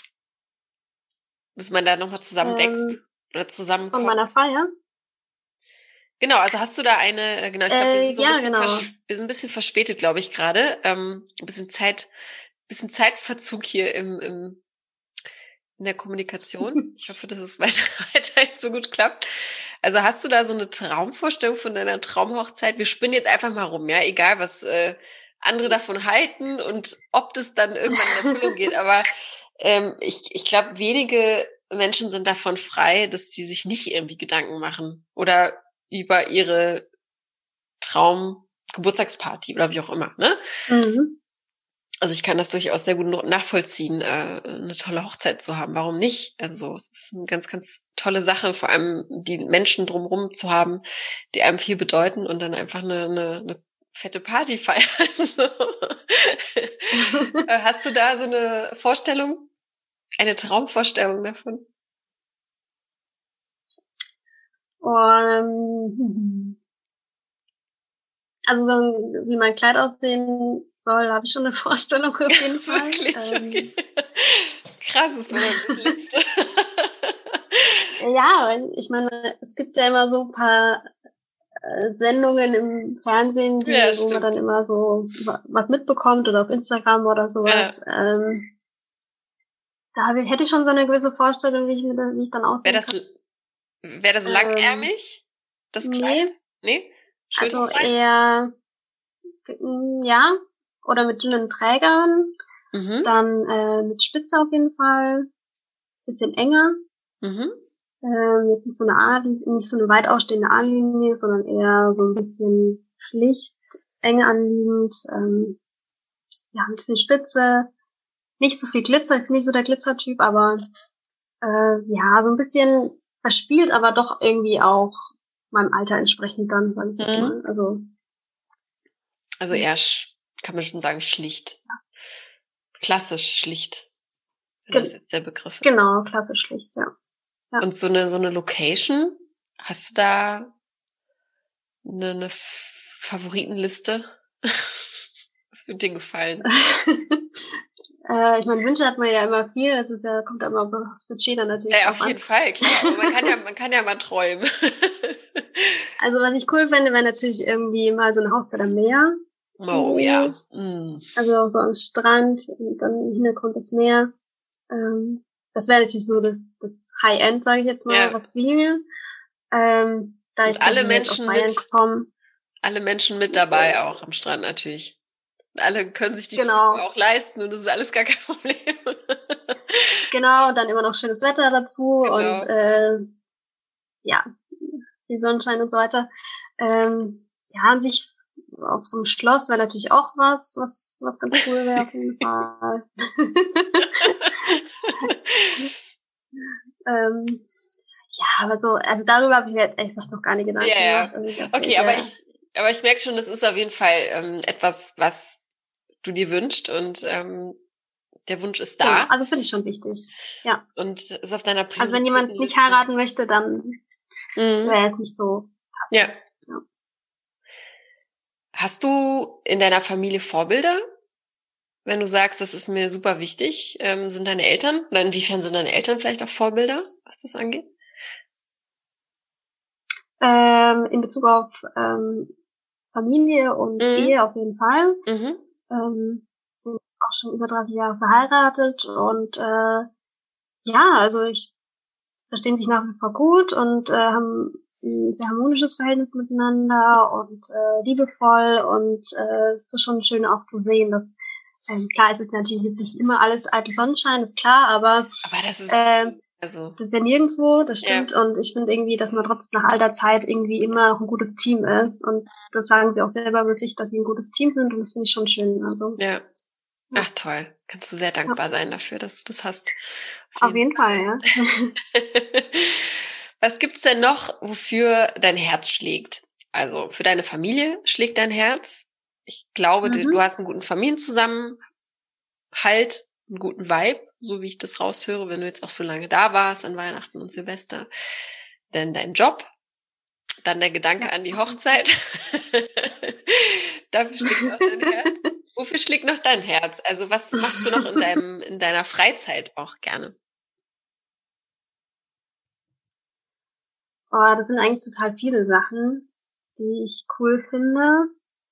dass man da nochmal zusammenwächst oder zusammenkommt. Von meiner Feier? Genau, also hast du da eine, genau, ich glaube, wir sind wir sind ein bisschen verspätet, glaube ich, gerade. Ein bisschen Zeitverzug hier in der Kommunikation. Ich hoffe, dass es weiterhin so gut klappt. Also hast du da so eine Traumvorstellung von deiner Traumhochzeit? Wir spinnen jetzt einfach mal rum, ja, egal was andere davon halten und ob das dann irgendwann in Erfüllung geht. Aber ich glaube, wenige Menschen sind davon frei, dass die sich nicht irgendwie Gedanken machen oder über ihre Traum-Geburtstagsparty oder wie auch immer, ne? Also ich kann das durchaus sehr gut nachvollziehen, eine tolle Hochzeit zu haben. Warum nicht? Also es ist eine ganz, ganz tolle Sache, vor allem die Menschen drumherum zu haben, die einem viel bedeuten und dann einfach eine fette Party feiern. So. Hast du da so eine Vorstellung, eine Traumvorstellung davon? Also so, wie mein Kleid aussehen soll, habe ich schon eine Vorstellung auf jeden Fall. Wirklich? Okay. Krass, das war das Letzte. Ja, ich meine, es gibt ja immer so ein paar Sendungen im Fernsehen, wo man dann immer so was mitbekommt oder auf Instagram oder sowas. Ja. Da hätte ich schon so eine gewisse Vorstellung, wie ich dann aussehen kann. Wäre das langärmig, das Kleid? Nee? Also eher, ja, oder mit dünnen Trägern, dann mit Spitze auf jeden Fall, bisschen enger. Jetzt nicht so eine weit ausstehende A-Linie, sondern eher so ein bisschen schlicht, eng anliegend, ja, mit viel Spitze, nicht so viel Glitzer, ich bin nicht so der Glitzertyp, aber ja, so ein bisschen verspielt, aber doch irgendwie auch meinem Alter entsprechend dann, sag ich jetzt mal. Also eher, kann man schon sagen, schlicht. Ja. Klassisch schlicht. Wenn das jetzt der Begriff ist. Genau, klassisch schlicht, ja. Und so eine Location? Hast du da eine Favoritenliste? Was wird dir gefallen? Ich meine, Wünsche hat man ja immer viel, kommt ja immer auf das Budget dann natürlich ja, auf jeden Fall, klar. Aber man kann ja mal träumen. Also was ich cool fände, wäre natürlich irgendwie mal so eine Hochzeit am Meer. Oh ja. Also so am Strand und dann im Hintergrund das Meer. Das wäre natürlich so das High-End, sage ich jetzt mal, was ginge. Da ich alle Menschen mit dabei auch am Strand natürlich. Alle können sich die Flüge auch leisten und das ist alles gar kein Problem. Genau, und dann immer noch schönes Wetter dazu und ja, die Sonnenschein und so weiter. Ja, an sich auf so einem Schloss wäre natürlich auch was ganz cool wäre auf jeden Fall. Ja, aber so, also darüber habe ich mir jetzt ehrlich gesagt noch gar nicht Gedanken gemacht. Also okay, aber ich merke schon, das ist auf jeden Fall etwas, was du dir wünschst und der Wunsch ist da. Genau, also finde ich schon wichtig, ja. Und ist auf deiner Prioritätenliste. Also wenn jemand nicht heiraten möchte, dann wäre es nicht so passend. Ja. Hast du in deiner Familie Vorbilder? Wenn du sagst, das ist mir super wichtig, sind deine Eltern, oder inwiefern sind deine Eltern vielleicht auch Vorbilder, was das angeht? In Bezug auf Familie und Ehe auf jeden Fall. Bin auch schon über 30 Jahre verheiratet und also ich verstehen sich nach wie vor gut und haben ein sehr harmonisches Verhältnis miteinander und liebevoll und es ist schon schön auch zu sehen, dass klar, es ist natürlich jetzt nicht immer alles eitel Sonnenschein, ist klar, aber das ist das ist ja nirgendwo, das stimmt. Ja. Und ich finde irgendwie, dass man trotz nach all der Zeit irgendwie immer noch ein gutes Team ist. Und das sagen sie auch selber über sich, dass sie ein gutes Team sind. Und das finde ich schon schön. Also ja. Ach toll. Kannst du sehr dankbar sein dafür, dass du das hast. Auf jeden Fall, ja. Was gibt's denn noch, wofür dein Herz schlägt? Also für deine Familie schlägt dein Herz. Ich glaube, du hast einen guten Familienzusammenhalt, einen guten Vibe, so wie ich das raushöre, wenn du jetzt auch so lange da warst an Weihnachten und Silvester. Dann dein Job, dann der Gedanke an die Hochzeit. Dafür schlägt noch dein Herz. Wofür schlägt noch dein Herz? Also was machst du noch in deiner Freizeit auch gerne? Oh, das sind eigentlich total viele Sachen, die ich cool finde.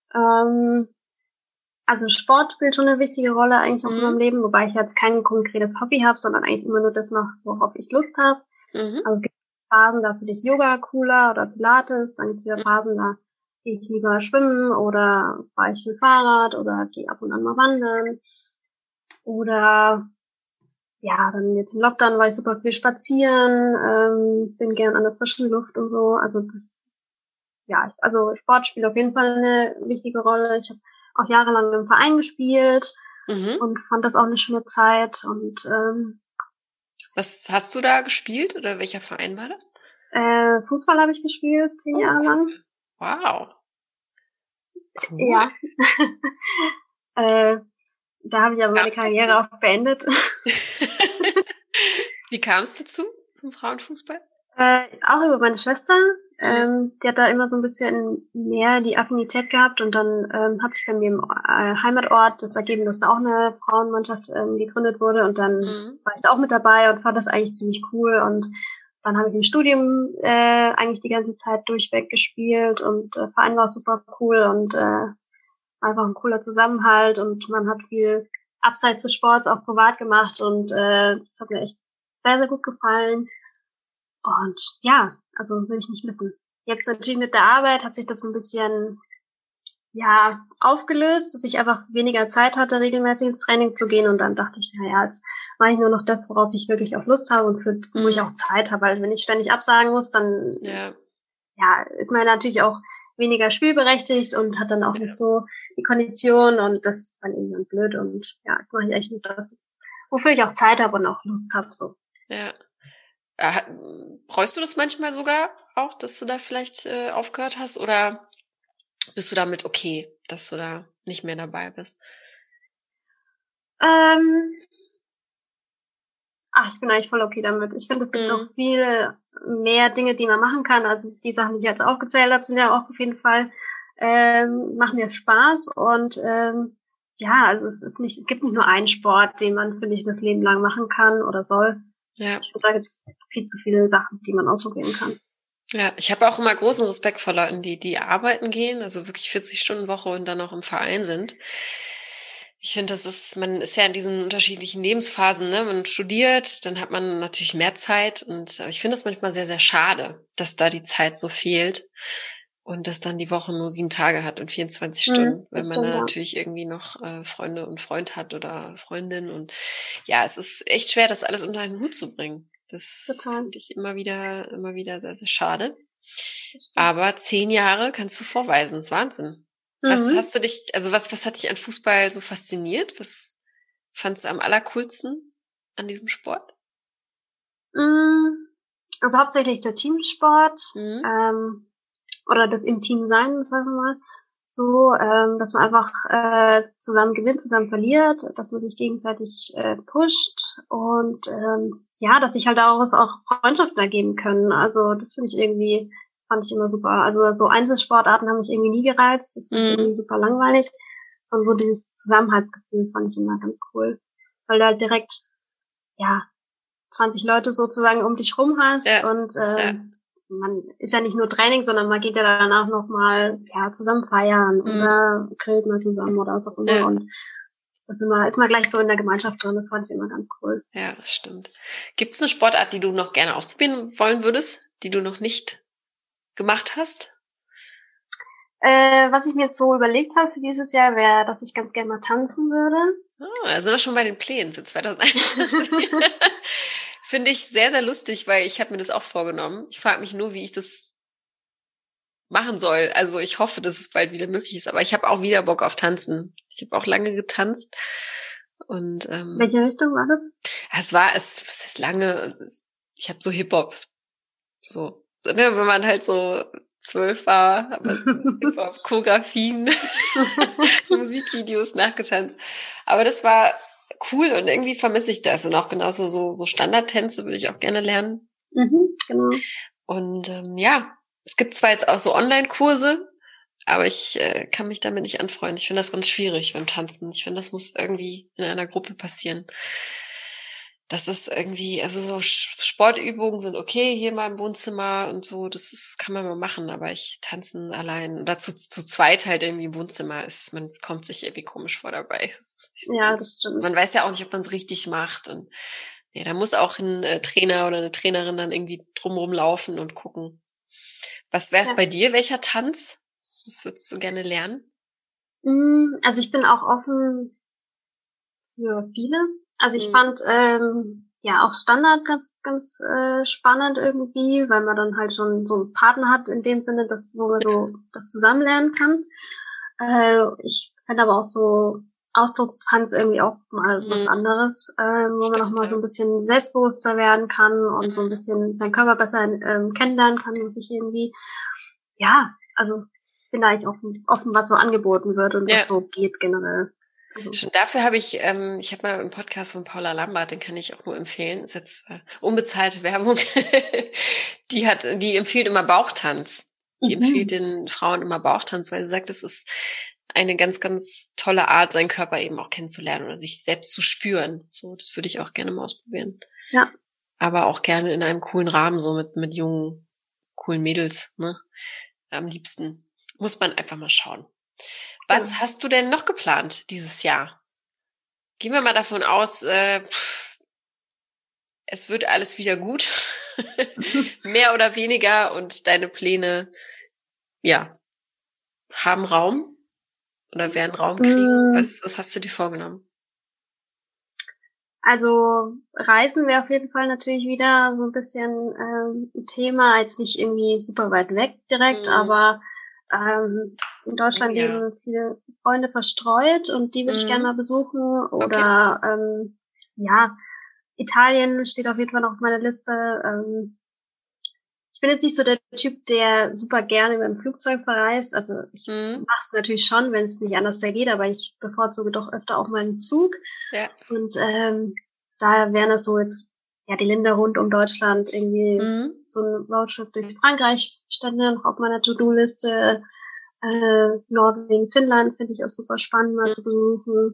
Also Sport spielt schon eine wichtige Rolle eigentlich auch in meinem Leben, wobei ich jetzt kein konkretes Hobby habe, sondern eigentlich immer nur das mache, worauf ich Lust habe. Also es gibt Phasen, da finde ich Yoga cooler oder Pilates, dann gibt es wieder Phasen, da gehe ich lieber schwimmen oder fahre ich viel Fahrrad oder gehe ab und an mal wandern. Oder ja, dann jetzt im Lockdown war ich super viel spazieren, bin gern an der frischen Luft und so. Also das, also Sport spielt auf jeden Fall eine wichtige Rolle. Ich habe auch jahrelang im Verein gespielt und fand das auch eine schöne Zeit. Und was hast du da gespielt oder welcher Verein war das? Fußball habe ich gespielt, 10 Jahre lang. Wow. Cool. Ja. Da habe ich aber meine Karriere auch beendet. Wie kam es dazu, zum Frauenfußball? Auch über meine Schwester. Die hat da immer so ein bisschen mehr die Affinität gehabt und dann hat sich bei mir im Heimatort das ergeben, dass da auch eine Frauenmannschaft gegründet wurde und dann war ich da auch mit dabei und fand das eigentlich ziemlich cool und dann habe ich im Studium eigentlich die ganze Zeit durchweg gespielt und der Verein war super cool und einfach ein cooler Zusammenhalt und man hat viel abseits des Sports auch privat gemacht und das hat mir echt sehr, sehr gut gefallen. Und ja, also will ich nicht missen. Jetzt natürlich mit der Arbeit hat sich das ein bisschen aufgelöst, dass ich einfach weniger Zeit hatte, regelmäßig ins Training zu gehen und dann dachte ich, jetzt mache ich nur noch das, worauf ich wirklich auch Lust habe und wo ich auch Zeit habe, weil wenn ich ständig absagen muss, dann ist man natürlich auch weniger spielberechtigt und hat dann auch nicht so die Kondition und das ist dann irgendwie blöd und jetzt mache ich echt nicht das, wofür ich auch Zeit habe und auch Lust habe, so. Ja. Bereust du das manchmal sogar auch, dass du da vielleicht aufgehört hast oder bist du damit okay, dass du da nicht mehr dabei bist? Ich bin eigentlich voll okay damit. Ich finde, es gibt auch viel mehr Dinge, die man machen kann. Also die Sachen, die ich jetzt aufgezählt habe, sind ja auch auf jeden Fall, machen mir Spaß und also es gibt nicht nur einen Sport, den man, finde ich, das Leben lang machen kann oder soll. Ja. Ich finde, da gibt es viel zu viele Sachen, die man ausprobieren kann. Ja, ich habe auch immer großen Respekt vor Leuten, die arbeiten gehen, also wirklich 40-Stunden-Woche und dann auch im Verein sind. Ich finde, man ist ja in diesen unterschiedlichen Lebensphasen, ne? Man studiert, dann hat man natürlich mehr Zeit und ich finde es manchmal sehr, sehr schade, dass da die Zeit so fehlt und dass dann die Woche nur 7 Tage hat und 24 Stunden, wenn man da natürlich irgendwie noch Freunde und Freund hat oder Freundin und es ist echt schwer, das alles unter einen Hut zu bringen. Das finde ich immer wieder sehr, sehr schade. Aber 10 Jahre kannst du vorweisen, das ist Wahnsinn. Was hast du was hat dich an Fußball so fasziniert? Was fandst du am allercoolsten an diesem Sport? Also hauptsächlich der Teamsport, oder das Intimsein, sagen wir mal. So, dass man einfach zusammen gewinnt, zusammen verliert, dass man sich gegenseitig pusht und dass sich halt daraus auch Freundschaften ergeben können. Also das fand ich immer super. Also so Einzelsportarten haben mich irgendwie nie gereizt. Das fand ich irgendwie super langweilig. Und so dieses Zusammenhaltsgefühl fand ich immer ganz cool. Weil du halt direkt, 20 Leute sozusagen um dich rum hast und man ist ja nicht nur Training, sondern man geht ja danach nochmal, ja, zusammen feiern oder grillt mal zusammen oder was auch immer. Und das ist man gleich so in der Gemeinschaft drin. Das fand ich immer ganz cool. Ja, das stimmt. Gibt es eine Sportart, die du noch gerne ausprobieren wollen würdest, die du noch nicht gemacht hast? Was ich mir jetzt so überlegt habe für dieses Jahr, wäre, dass ich ganz gerne mal tanzen würde. Da sind wir schon bei den Plänen für 2021. Finde ich sehr, sehr lustig, weil ich habe mir das auch vorgenommen. Ich frage mich nur, wie ich das machen soll. Also ich hoffe, dass es bald wieder möglich ist. Aber ich habe auch wieder Bock auf Tanzen. Ich habe auch lange getanzt. Und welche Richtung war das? Was ist lange? Ich habe so Hip-Hop. So, ne, wenn man halt so 12 war, aber so Hip-Hop, Choreografien, Musikvideos nachgetanzt. Aber das war cool und irgendwie vermisse ich das. Und auch genauso so Standardtänze würde ich auch gerne lernen. Genau. Und ja, es gibt zwar jetzt auch so Online-Kurse, aber ich kann mich damit nicht anfreunden. Ich finde das ganz schwierig beim Tanzen. Ich finde, das muss irgendwie in einer Gruppe passieren. Das ist irgendwie, also so Sportübungen sind okay, hier mal im Wohnzimmer und so, kann man mal machen, aber tanzen allein oder zu zweit halt irgendwie im Wohnzimmer man kommt sich irgendwie komisch vor dabei. Das stimmt. Man weiß ja auch nicht, ob man es richtig macht und nee, da muss auch ein Trainer oder eine Trainerin dann irgendwie drumherum laufen und gucken. Was wär's bei dir? Welcher Tanz? Was würdest du gerne lernen? Also ich bin auch offen für vieles. Also ich fand auch Standard ganz spannend irgendwie, weil man dann halt schon so einen Partner hat in dem Sinne, wo man so das zusammen lernen kann. Ich fände aber auch so Ausdruckstanz irgendwie auch mal was anderes, wo man noch mal so ein bisschen selbstbewusster werden kann und so ein bisschen seinen Körper besser kennenlernen kann, was ich irgendwie, also bin da eigentlich offen, was so angeboten wird und was so geht generell. Also. Schon dafür habe ich habe mal einen Podcast von Paula Lambert, den kann ich auch nur empfehlen. Ist jetzt unbezahlte Werbung. Die empfiehlt immer Bauchtanz. Die empfiehlt den Frauen immer Bauchtanz, weil sie sagt, es ist eine ganz, ganz tolle Art, seinen Körper eben auch kennenzulernen oder sich selbst zu spüren. So, das würde ich auch gerne mal ausprobieren. Ja. Aber auch gerne in einem coolen Rahmen, so mit jungen, coolen Mädels, ne? Am liebsten. Muss man einfach mal schauen. Was hast du denn noch geplant dieses Jahr? Gehen wir mal davon aus, es wird alles wieder gut. Mehr oder weniger und deine Pläne, haben Raum oder werden Raum kriegen. Was hast du dir vorgenommen? Also Reisen wäre auf jeden Fall natürlich wieder so ein bisschen ein Thema, jetzt nicht irgendwie super weit weg direkt, aber in Deutschland leben viele Freunde verstreut und die würde ich gerne mal besuchen. Oder Italien steht auf jeden Fall noch auf meiner Liste. Ich bin jetzt nicht so der Typ, der super gerne mit dem Flugzeug verreist. Also ich mache es natürlich schon, wenn es nicht anders geht, aber ich bevorzuge doch öfter auch mal einen Zug. Ja. Und da wären das so jetzt die Länder rund um Deutschland, irgendwie so ein Roadtrip durch Frankreich stände noch auf meiner To-Do-Liste. Norwegen, Finnland finde ich auch super spannend mal zu besuchen.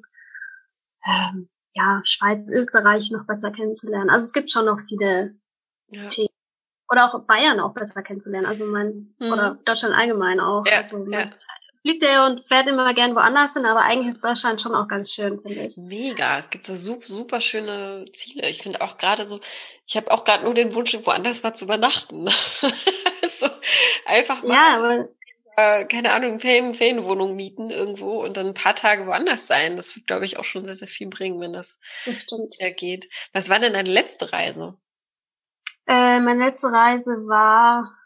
Schweiz, Österreich noch besser kennenzulernen. Also es gibt schon noch viele Themen. Oder auch Bayern auch besser kennenzulernen. Also oder Deutschland allgemein auch. Ja, also fliegt und fährt immer gern woanders hin, aber eigentlich ist Deutschland schon auch ganz schön, finde ich. Mega, es gibt da super schöne Ziele. Ich finde auch gerade so, ich habe auch gerade nur den Wunsch, woanders mal zu übernachten. So, einfach mal, keine Ahnung, Ferienwohnung mieten irgendwo und dann ein paar Tage woanders sein. Das wird, glaube ich, auch schon sehr, sehr viel bringen, wenn das geht. Was war denn deine letzte Reise? Meine letzte Reise war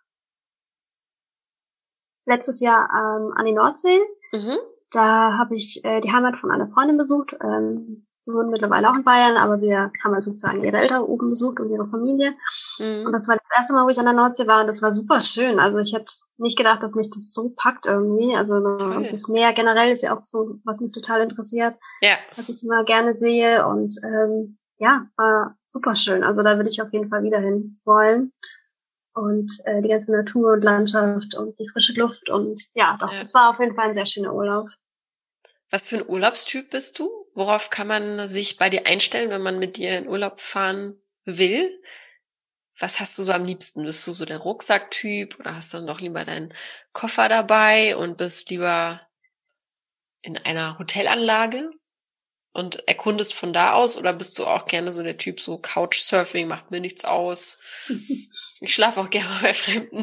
letztes Jahr an die Nordsee. Da habe ich die Heimat von einer Freundin besucht. Die wohnen mittlerweile auch in Bayern, aber wir haben halt sozusagen ihre Eltern oben besucht und ihre Familie. Und das war das erste Mal, wo ich an der Nordsee war und das war super schön. Also ich hätte nicht gedacht, dass mich das so packt irgendwie. Also das Meer generell ist ja auch so, was mich total interessiert, was ich immer gerne sehe und war super schön. Also da würde ich auf jeden Fall wieder hin wollen. Und die ganze Natur und Landschaft und die frische Luft und das war auf jeden Fall ein sehr schöner Urlaub. Was für ein Urlaubstyp bist du? Worauf kann man sich bei dir einstellen, wenn man mit dir in Urlaub fahren will? was hast du so am liebsten? Bist du so der Rucksacktyp oder hast du dann doch lieber deinen Koffer dabei und bist lieber in einer Hotelanlage und erkundest von da aus, oder bist du auch gerne so der Typ, so Couchsurfing, macht mir nichts aus? Ich schlafe auch gerne mal bei Fremden.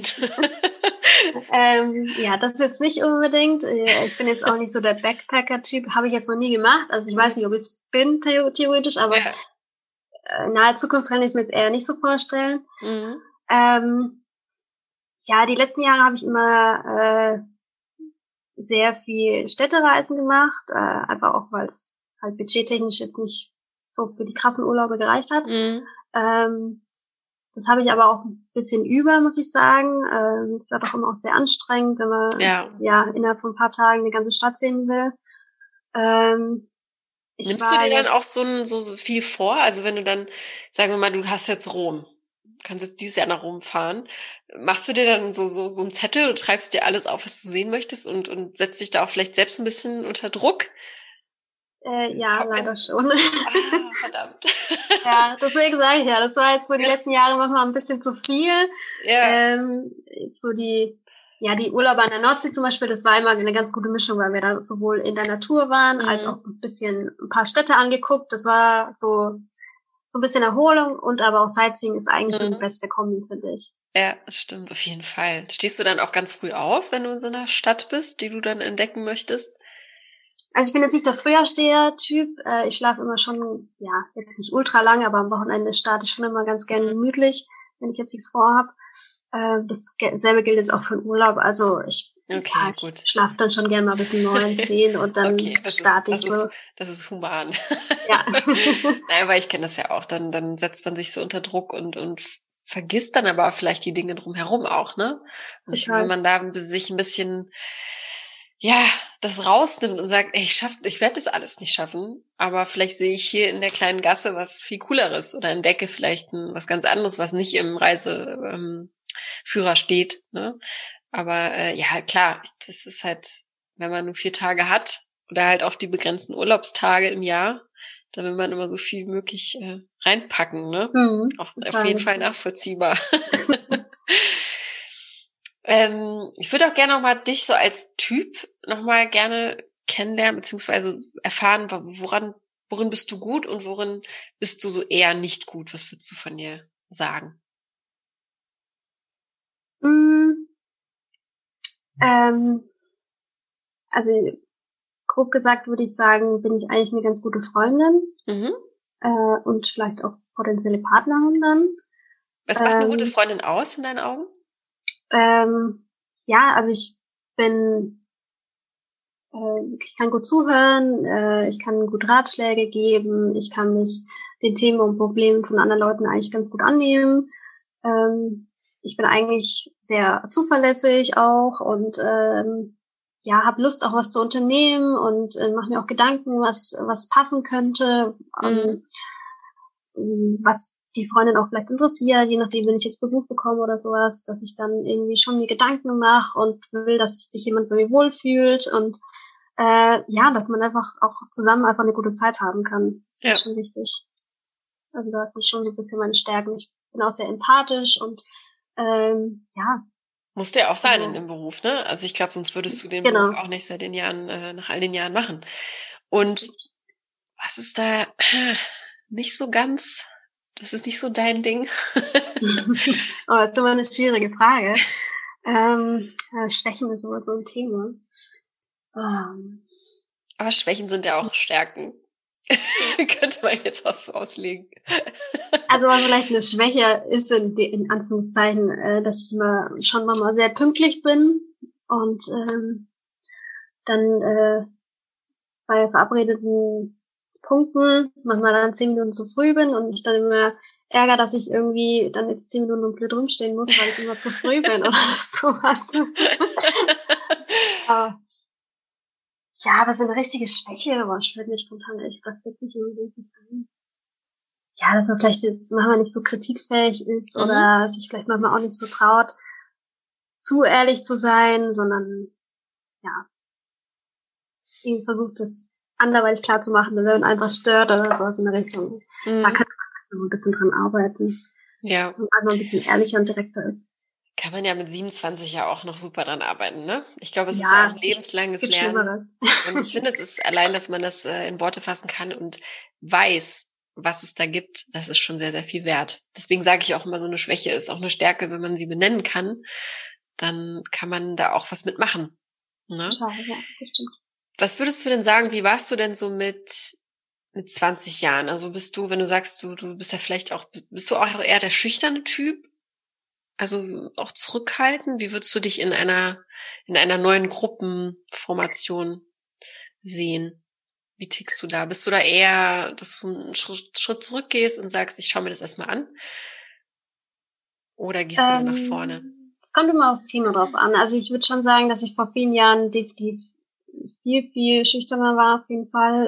Ja, das jetzt nicht unbedingt. Ich bin jetzt auch nicht so der Backpacker-Typ, habe ich jetzt noch nie gemacht. Also ich weiß nicht, ob ich es bin, theoretisch, aber Ja. in naher Zukunft kann ich es mir jetzt eher nicht so vorstellen. Mhm. Ja, die letzten Jahre habe ich immer sehr viel Städtereisen gemacht, einfach auch, weil es halt budgettechnisch jetzt nicht so für die krassen Urlaube gereicht hat. Mhm. Das habe ich aber auch ein bisschen über, muss ich sagen. Ist ja doch immer auch sehr anstrengend, wenn man ja innerhalb von ein paar Tagen eine ganze Stadt sehen will. Nimmst du dir dann auch so viel vor? Also wenn du dann, sagen wir mal, du hast jetzt Rom, kannst jetzt dieses Jahr nach Rom fahren, machst du dir dann so einen Zettel und schreibst dir alles auf, was du sehen möchtest und setzt dich da auch vielleicht selbst ein bisschen unter Druck? Ja, leider schon. Ah, verdammt. Ja, deswegen sage ich ja, das war jetzt so die letzten Jahre manchmal ein bisschen zu viel. Ja. So die Urlaube an der Nordsee zum Beispiel, das war immer eine ganz gute Mischung, weil wir da sowohl in der Natur waren, als auch ein paar Städte angeguckt. Das war so ein bisschen Erholung und aber auch Sightseeing ist eigentlich so die beste Kombi, finde ich. Ja, das stimmt, auf jeden Fall. Stehst du dann auch ganz früh auf, wenn du in so einer Stadt bist, die du dann entdecken möchtest? Also ich bin jetzt nicht der Frühaufsteher-Typ. Ich schlafe immer schon, ja, jetzt nicht ultra lang, aber am Wochenende starte ich schon immer ganz gerne gemütlich, wenn ich jetzt nichts vorhab. Dasselbe gilt jetzt auch für den Urlaub. Also ich schlafe dann schon gerne mal bis 9, 10 und dann starte ich so. Das ist human. Ja. Naja, aber ich kenne das ja auch. Dann setzt man sich so unter Druck und vergisst dann aber vielleicht die Dinge drumherum auch, ne? Und wenn man da sich ein bisschen, ja, das rausnimmt und sagt, ey, ich werde das alles nicht schaffen, aber vielleicht sehe ich hier in der kleinen Gasse was viel Cooleres oder entdecke vielleicht was ganz anderes, was nicht im Reiseführer steht, ne? Aber ja, klar, das ist halt, wenn man nur 4 Tage hat oder halt auch die begrenzten Urlaubstage im Jahr, da will man immer so viel wie möglich reinpacken, ne? Auf jeden Fall nachvollziehbar. Ich würde auch gerne noch mal dich so als Typ noch mal gerne kennenlernen, beziehungsweise erfahren, worin bist du gut und worin bist du so eher nicht gut? Was würdest du von dir sagen? Also grob gesagt würde ich sagen, bin ich eigentlich eine ganz gute Freundin und vielleicht auch potenzielle Partnerin dann. Was macht eine gute Freundin aus in deinen Augen? Ja, also ich kann gut zuhören, ich kann gut Ratschläge geben, ich kann mich den Themen und Problemen von anderen Leuten eigentlich ganz gut annehmen. Ich bin eigentlich sehr zuverlässig auch und ja, habe Lust auch was zu unternehmen und mache mir auch Gedanken, was passen könnte, was die Freundin auch vielleicht interessiert, je nachdem, wenn ich jetzt Besuch bekomme oder sowas, dass ich dann irgendwie schon mir Gedanken mache und will, dass sich jemand bei mir wohlfühlt und ja, dass man einfach auch zusammen einfach eine gute Zeit haben kann. Das ist schon wichtig. Also da sind schon so ein bisschen meine Stärken. Ich bin auch sehr empathisch und ja. Musst du ja auch sein in dem Beruf, ne? Also ich glaube, sonst würdest du den Beruf auch nicht seit den Jahren, nach all den Jahren machen. Und was ist da nicht so ganz, das ist nicht so dein Ding? Oh, das ist immer eine schwierige Frage. Schwächen ist immer so ein Thema. Aber Schwächen sind ja auch Stärken. Könnte man jetzt auch so auslegen. Also was vielleicht eine Schwäche ist, in Anführungszeichen, dass ich schon mal sehr pünktlich bin und dann bei verabredeten Punkten manchmal dann 10 Minuten zu früh bin und mich dann immer ärgere, dass ich irgendwie dann jetzt 10 Minuten blöd rumstehen muss, weil ich immer zu früh bin oder sowas. Aber ja, aber so eine richtige Schwäche, aber ich würde mir spontan ehrlich gesagt nicht unbedingt sagen. Ja, dass man vielleicht jetzt manchmal nicht so kritikfähig ist oder sich vielleicht manchmal auch nicht so traut, zu ehrlich zu sein, sondern ja, irgendwie versucht, das anderweitig klar zu machen, wenn man einfach stört oder sowas in der Richtung. Da kann man vielleicht noch ein bisschen dran arbeiten. Ja. Dass man also ein bisschen ehrlicher und direkter ist. Kann man ja mit 27 ja auch noch super dran arbeiten, ne? Ich glaube, es ist Ja, auch ein lebenslanges gibt Lernen. Schlimmeres. Und ich finde, es ist allein, dass man das in Worte fassen kann und weiß, was es da gibt, das ist schon sehr, sehr viel wert. Deswegen sage ich auch immer, so eine Schwäche ist auch eine Stärke, wenn man sie benennen kann, dann kann man da auch was mitmachen. Ne? Total, ja, das stimmt. Was würdest du denn sagen, wie warst du denn so mit 20 Jahren? Also bist du, wenn du sagst, du bist ja vielleicht auch, bist du auch eher der schüchterne Typ? Also auch zurückhaltend? Wie würdest du dich in einer neuen Gruppenformation sehen? Wie tickst du da? Bist du da eher, dass du einen Schritt zurückgehst und sagst, ich schaue mir das erstmal an? Oder gehst du da nach vorne? Es kommt immer aufs Thema drauf an. Also ich würde schon sagen, dass ich vor vielen Jahren definitiv viel, viel schüchterner war, auf jeden Fall.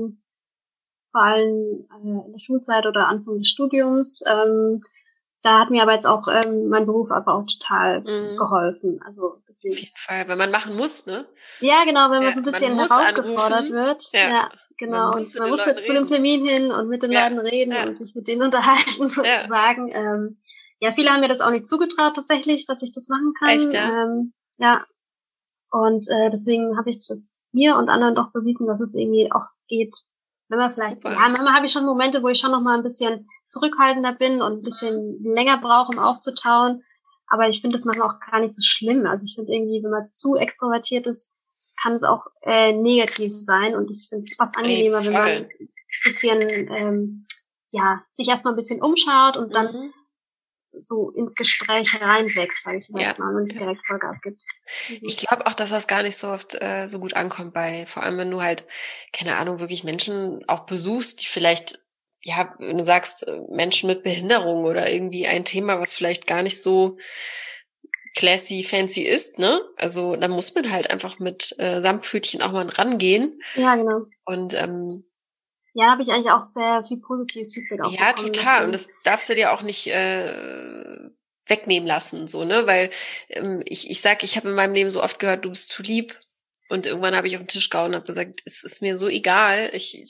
Vor allem in der Schulzeit oder Anfang des Studiums. Da hat mir aber jetzt auch mein Beruf aber auch total geholfen. Also deswegen. Auf jeden Fall, weil man machen muss, ne? Ja, genau, wenn man so ein bisschen herausgefordert anrufen. wird. Ja, genau. Man Und man muss zu dem Termin hin und mit den Leuten reden und sich mit denen unterhalten, sozusagen. Ja, viele haben mir das auch nicht zugetraut tatsächlich, dass ich das machen kann. Echt, ja? Ja. Und deswegen habe ich das mir und anderen doch bewiesen, dass es irgendwie auch geht. Wenn man vielleicht, Super. ja, manchmal habe ich schon Momente, wo ich schon noch mal ein bisschen zurückhaltender bin und ein bisschen länger brauche, um aufzutauen. Aber ich finde das manchmal auch gar nicht so schlimm. Also ich finde irgendwie, wenn man zu extrovertiert ist, kann es auch negativ sein. Und ich finde es fast angenehmer, wenn man ein bisschen, sich erstmal ein bisschen umschaut und dann so ins Gespräch reinwächst, sage ich mal, und nicht direkt Vollgas gibt. Ich glaube auch, dass das gar nicht so oft so gut ankommt vor allem wenn du halt, keine Ahnung, wirklich Menschen auch besuchst, die vielleicht, ja, wenn du sagst, Menschen mit Behinderung oder irgendwie ein Thema, was vielleicht gar nicht so classy, fancy ist, ne? Also da muss man halt einfach mit Samtpfötchen auch mal rangehen. Ja, genau. Und ja, habe ich eigentlich auch sehr viel positives Feedback auch bekommen. Ja, total. Und das darfst du dir auch nicht wegnehmen lassen, so, ne? Weil ich sag, ich habe in meinem Leben so oft gehört, du bist zu lieb. Und irgendwann habe ich auf den Tisch gehauen und habe gesagt, es ist mir so egal.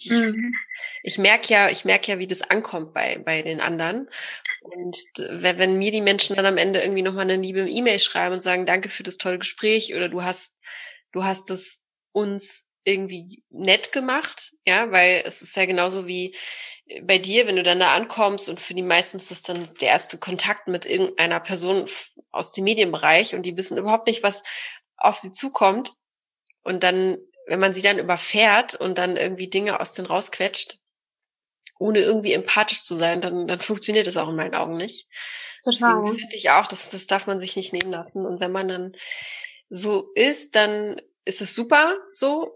Ich merke ja, wie das ankommt bei den anderen. Und wenn mir die Menschen dann am Ende irgendwie nochmal eine liebe E-Mail schreiben und sagen, danke für das tolle Gespräch oder du hast es uns irgendwie nett gemacht, ja, weil es ist ja genauso wie bei dir, wenn du dann da ankommst und für die meisten ist das dann der erste Kontakt mit irgendeiner Person aus dem Medienbereich und die wissen überhaupt nicht, was auf sie zukommt und dann, wenn man sie dann überfährt und dann irgendwie Dinge aus denen rausquetscht, ohne irgendwie empathisch zu sein, dann funktioniert das auch in meinen Augen nicht. Total. Deswegen finde ich auch, das darf man sich nicht nehmen lassen und wenn man dann so ist, dann ist es super, so,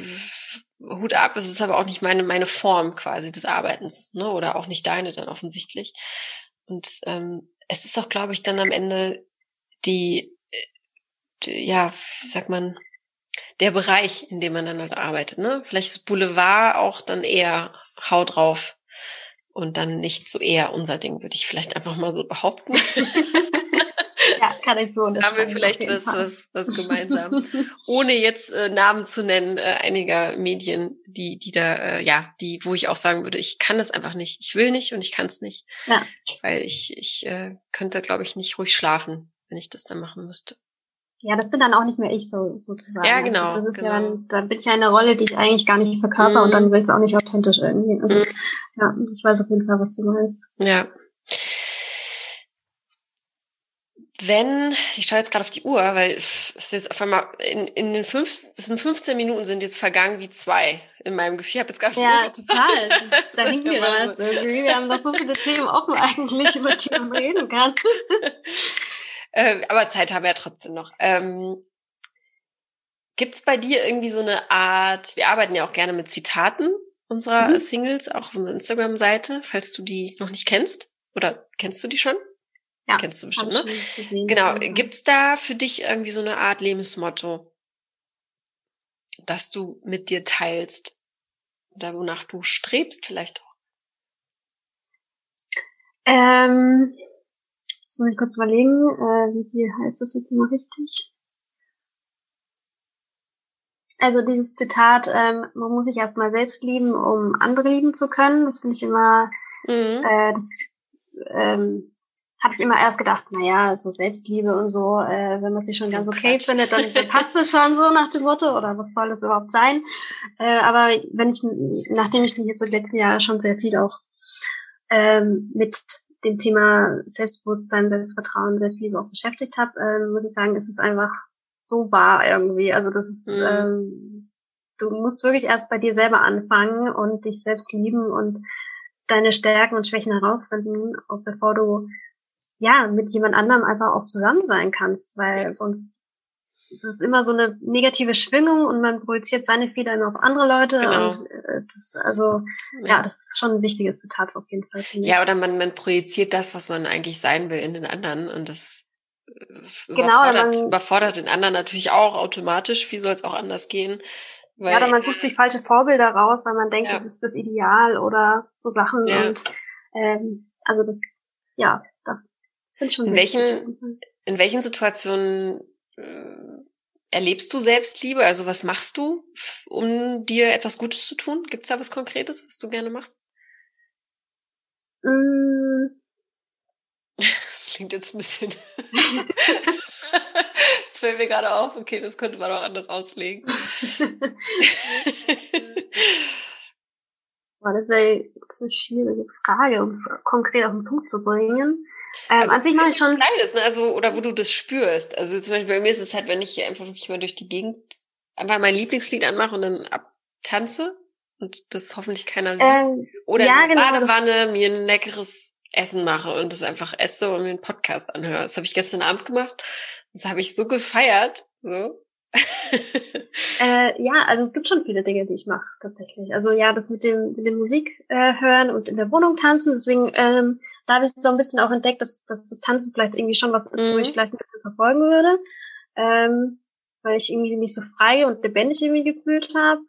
Hut ab, es ist aber auch nicht meine Form quasi des Arbeitens, ne, oder auch nicht deine dann offensichtlich. Und es ist auch, glaube ich, dann am Ende wie sagt man, der Bereich, in dem man dann halt arbeitet, ne? Vielleicht ist Boulevard auch dann eher Hau drauf und dann nicht so eher unser Ding, würde ich vielleicht einfach mal so behaupten. Ja, kann ich so unterschreiben. Haben wir vielleicht was gemeinsam. Ohne jetzt Namen zu nennen, einiger Medien, die da, wo ich auch sagen würde, ich kann das einfach nicht. Ich will nicht und ich kann es nicht. Ja. Weil ich könnte, glaube ich, nicht ruhig schlafen, wenn ich das dann machen müsste. Ja, das bin dann auch nicht mehr ich sozusagen. Ja, genau. Also das ist ja dann bin ich ja in einer Rolle, die ich eigentlich gar nicht verkörper und dann will es auch nicht authentisch irgendwie. Also, ja, ich weiß auf jeden Fall, was du meinst. Ja. Ich schaue jetzt gerade auf die Uhr, weil es ist jetzt auf einmal es sind 15 Minuten sind jetzt vergangen wie 2 in meinem Gefühl. Ich habe jetzt gar nicht Ja, total. Da hängen wir was irgendwie. Wir haben noch so viele Themen offen eigentlich, über die man reden kann. Aber Zeit haben wir ja trotzdem noch. Gibt's bei dir irgendwie so eine Art, wir arbeiten ja auch gerne mit Zitaten unserer Singles, auch auf unserer Instagram-Seite, falls du die noch nicht kennst. Oder kennst du die schon? Ja, kennst du bestimmt, ne? Genau. Gibt's da für dich irgendwie so eine Art Lebensmotto, das du mit dir teilst? Oder wonach du strebst vielleicht auch? Jetzt muss ich kurz überlegen, wie viel heißt das jetzt immer richtig? Also dieses Zitat, man muss sich erstmal selbst lieben, um andere lieben zu können, das finde ich immer, das habe ich immer erst gedacht, naja, so Selbstliebe und so, wenn man sich schon ganz okay findet, dann passt es schon so nach dem Motto, oder was soll das überhaupt sein? Aber nachdem ich mich jetzt so die letzten Jahre schon sehr viel auch mit dem Thema Selbstbewusstsein, Selbstvertrauen, Selbstliebe auch beschäftigt habe, muss ich sagen, ist es einfach so wahr irgendwie. Also das ist, du musst wirklich erst bei dir selber anfangen und dich selbst lieben und deine Stärken und Schwächen herausfinden, auch bevor du mit jemand anderem einfach auch zusammen sein kannst, weil sonst ist es immer so eine negative Schwingung und man projiziert seine Fehler immer auf andere Leute und das ist schon ein wichtiges Zitat auf jeden Fall. Ja, oder man projiziert das, was man eigentlich sein will, in den anderen und das überfordert den anderen natürlich auch automatisch. Wie soll es auch anders gehen? Weil, oder man sucht sich falsche Vorbilder raus, weil man denkt, das ist das Ideal oder so Sachen und also das finde ich schon in welchen Situationen erlebst du Selbstliebe? Also was machst du, um dir etwas Gutes zu tun? Gibt's da was Konkretes, was du gerne machst? Das klingt jetzt ein bisschen... Das fällt mir gerade auf. Okay, das könnte man auch anders auslegen. Das ist eine schwierige Frage, um es konkret auf den Punkt zu bringen. Also an sich mache ich schon Kleines, ne? Also, oder wo du das spürst. Also zum Beispiel bei mir ist es halt, wenn ich hier einfach wirklich mal durch die Gegend einfach mein Lieblingslied anmache und dann abtanze und das hoffentlich keiner sieht. Oder in der Badewanne mir ein leckeres Essen mache und das einfach esse und mir einen Podcast anhöre. Das habe ich gestern Abend gemacht. Das habe ich so gefeiert. So. Also es gibt schon viele Dinge, die ich mache tatsächlich. Also das mit dem Musik hören und in der Wohnung tanzen. Deswegen da habe ich so ein bisschen auch entdeckt, dass das Tanzen vielleicht irgendwie schon was ist, wo ich vielleicht ein bisschen verfolgen würde, weil ich irgendwie mich so frei und lebendig irgendwie gefühlt habe.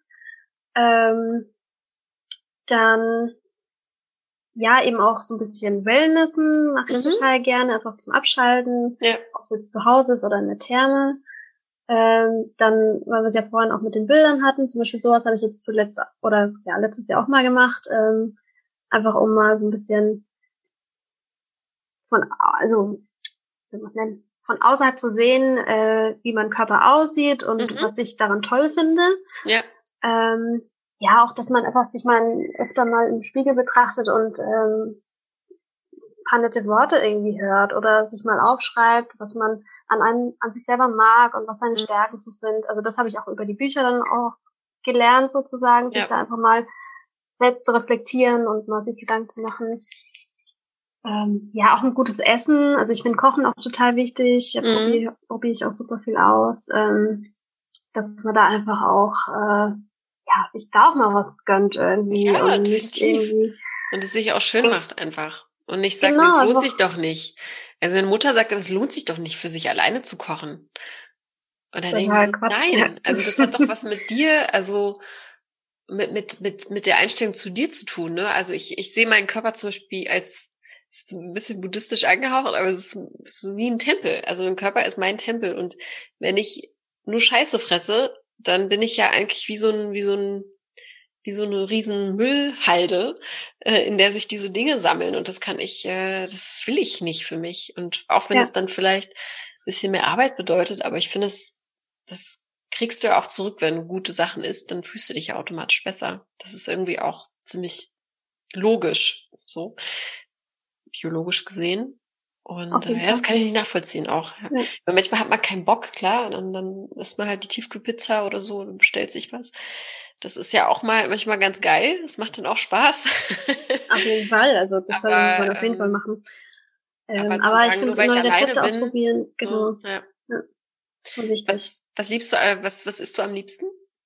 Dann eben auch so ein bisschen Wellnessen mache ich total gerne, einfach zum Abschalten, ob es jetzt zu Hause ist oder in der Therme. Dann, weil wir es ja vorhin auch mit den Bildern hatten, zum Beispiel sowas habe ich jetzt letztes Jahr auch mal gemacht, einfach um mal so ein bisschen von außerhalb zu sehen, wie mein Körper aussieht und was ich daran toll finde. Ja. Auch, dass man einfach sich mal öfter mal im Spiegel betrachtet und paar nette Worte irgendwie hört oder sich mal aufschreibt, was man an sich selber mag und was seine Stärken so sind. Also das habe ich auch über die Bücher dann auch gelernt sozusagen, sich da einfach mal selbst zu reflektieren und mal sich Gedanken zu machen. Auch ein gutes Essen. Also ich finde Kochen auch total wichtig. Probiere ich auch super viel aus. Dass man da einfach auch sich da auch mal was gönnt irgendwie. Ja, und nicht irgendwie und es sich auch schön macht einfach. Und nicht sagt, es lohnt sich doch nicht. Also wenn Mutter sagt, es lohnt sich doch nicht, für sich alleine zu kochen. Und dann denke ich, nein, also das hat doch was mit dir, also mit der Einstellung zu dir zu tun, ne? Also ich sehe meinen Körper zum Beispiel als ein bisschen buddhistisch angehaucht, aber es ist wie ein Tempel. Also ein Körper ist mein Tempel. Und wenn ich nur Scheiße fresse, dann bin ich ja eigentlich wie so eine riesen Müllhalde, in der sich diese Dinge sammeln. Und das das will ich nicht für mich. Und auch wenn es dann vielleicht ein bisschen mehr Arbeit bedeutet, aber ich finde das kriegst du ja auch zurück, wenn du gute Sachen isst, dann fühlst du dich ja automatisch besser. Das ist irgendwie auch ziemlich logisch, so biologisch gesehen. Und das kann ich nicht nachvollziehen auch. Ja. Ja. Weil manchmal hat man keinen Bock, klar, und dann isst man halt die Tiefkühlpizza oder so und bestellt sich was. Das ist ja auch manchmal ganz geil. Das macht dann auch Spaß. Auf jeden Fall, also das soll man auf jeden Fall machen. Aber ich finde, nur weil ich alleine bin. Ausprobieren, genau. Ja. Wichtig. Was liebst du, was isst du am liebsten?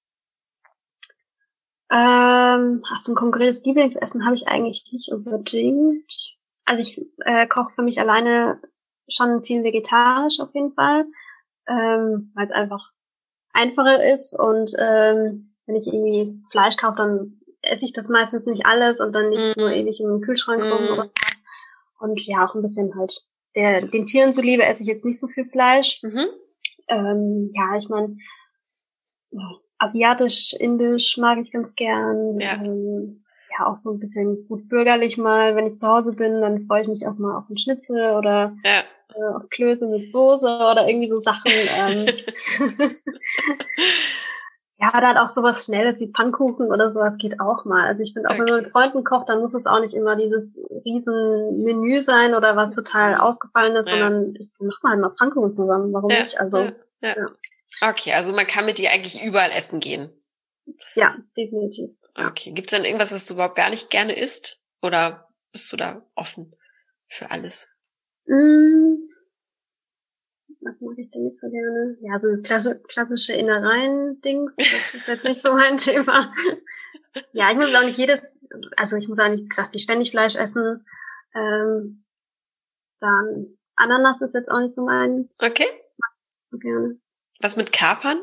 So ein konkretes Lieblingsessen habe ich eigentlich nicht unbedingt. Also ich koche für mich alleine schon viel vegetarisch auf jeden Fall, weil es einfach einfacher ist und wenn ich irgendwie Fleisch kaufe, dann esse ich das meistens nicht alles und dann liegt es nur ewig im Kühlschrank rum oder was. Und auch ein bisschen halt den Tieren zuliebe esse ich jetzt nicht so viel Fleisch. Ich meine, asiatisch, indisch mag ich ganz gern. ja auch so ein bisschen gut bürgerlich mal, wenn ich zu Hause bin, dann freue ich mich auch mal auf einen Schnitzel oder auf Klöße mit Soße oder irgendwie so Sachen. Ja, oder halt auch sowas Schnelles wie Pfannkuchen oder sowas geht auch mal. Also ich finde auch, wenn man mit Freunden kocht, dann muss es auch nicht immer dieses riesen Menü sein oder was total ausgefallen ist, sondern ich mache mal halt mal Pfannkuchen zusammen. Warum nicht? Also ja. Okay, also man kann mit dir eigentlich überall essen gehen. Ja, definitiv. Okay, gibt's dann irgendwas, was du überhaupt gar nicht gerne isst? Oder bist du da offen für alles? Was mache ich denn nicht so gerne? Ja, so das klassische Innereien-Dings, das ist jetzt nicht so mein Thema. Ja, ich muss auch nicht ich muss auch nicht kraftlich ständig Fleisch essen. Dann Ananas ist jetzt auch nicht so meins. Okay. So gerne. Was mit Kapern?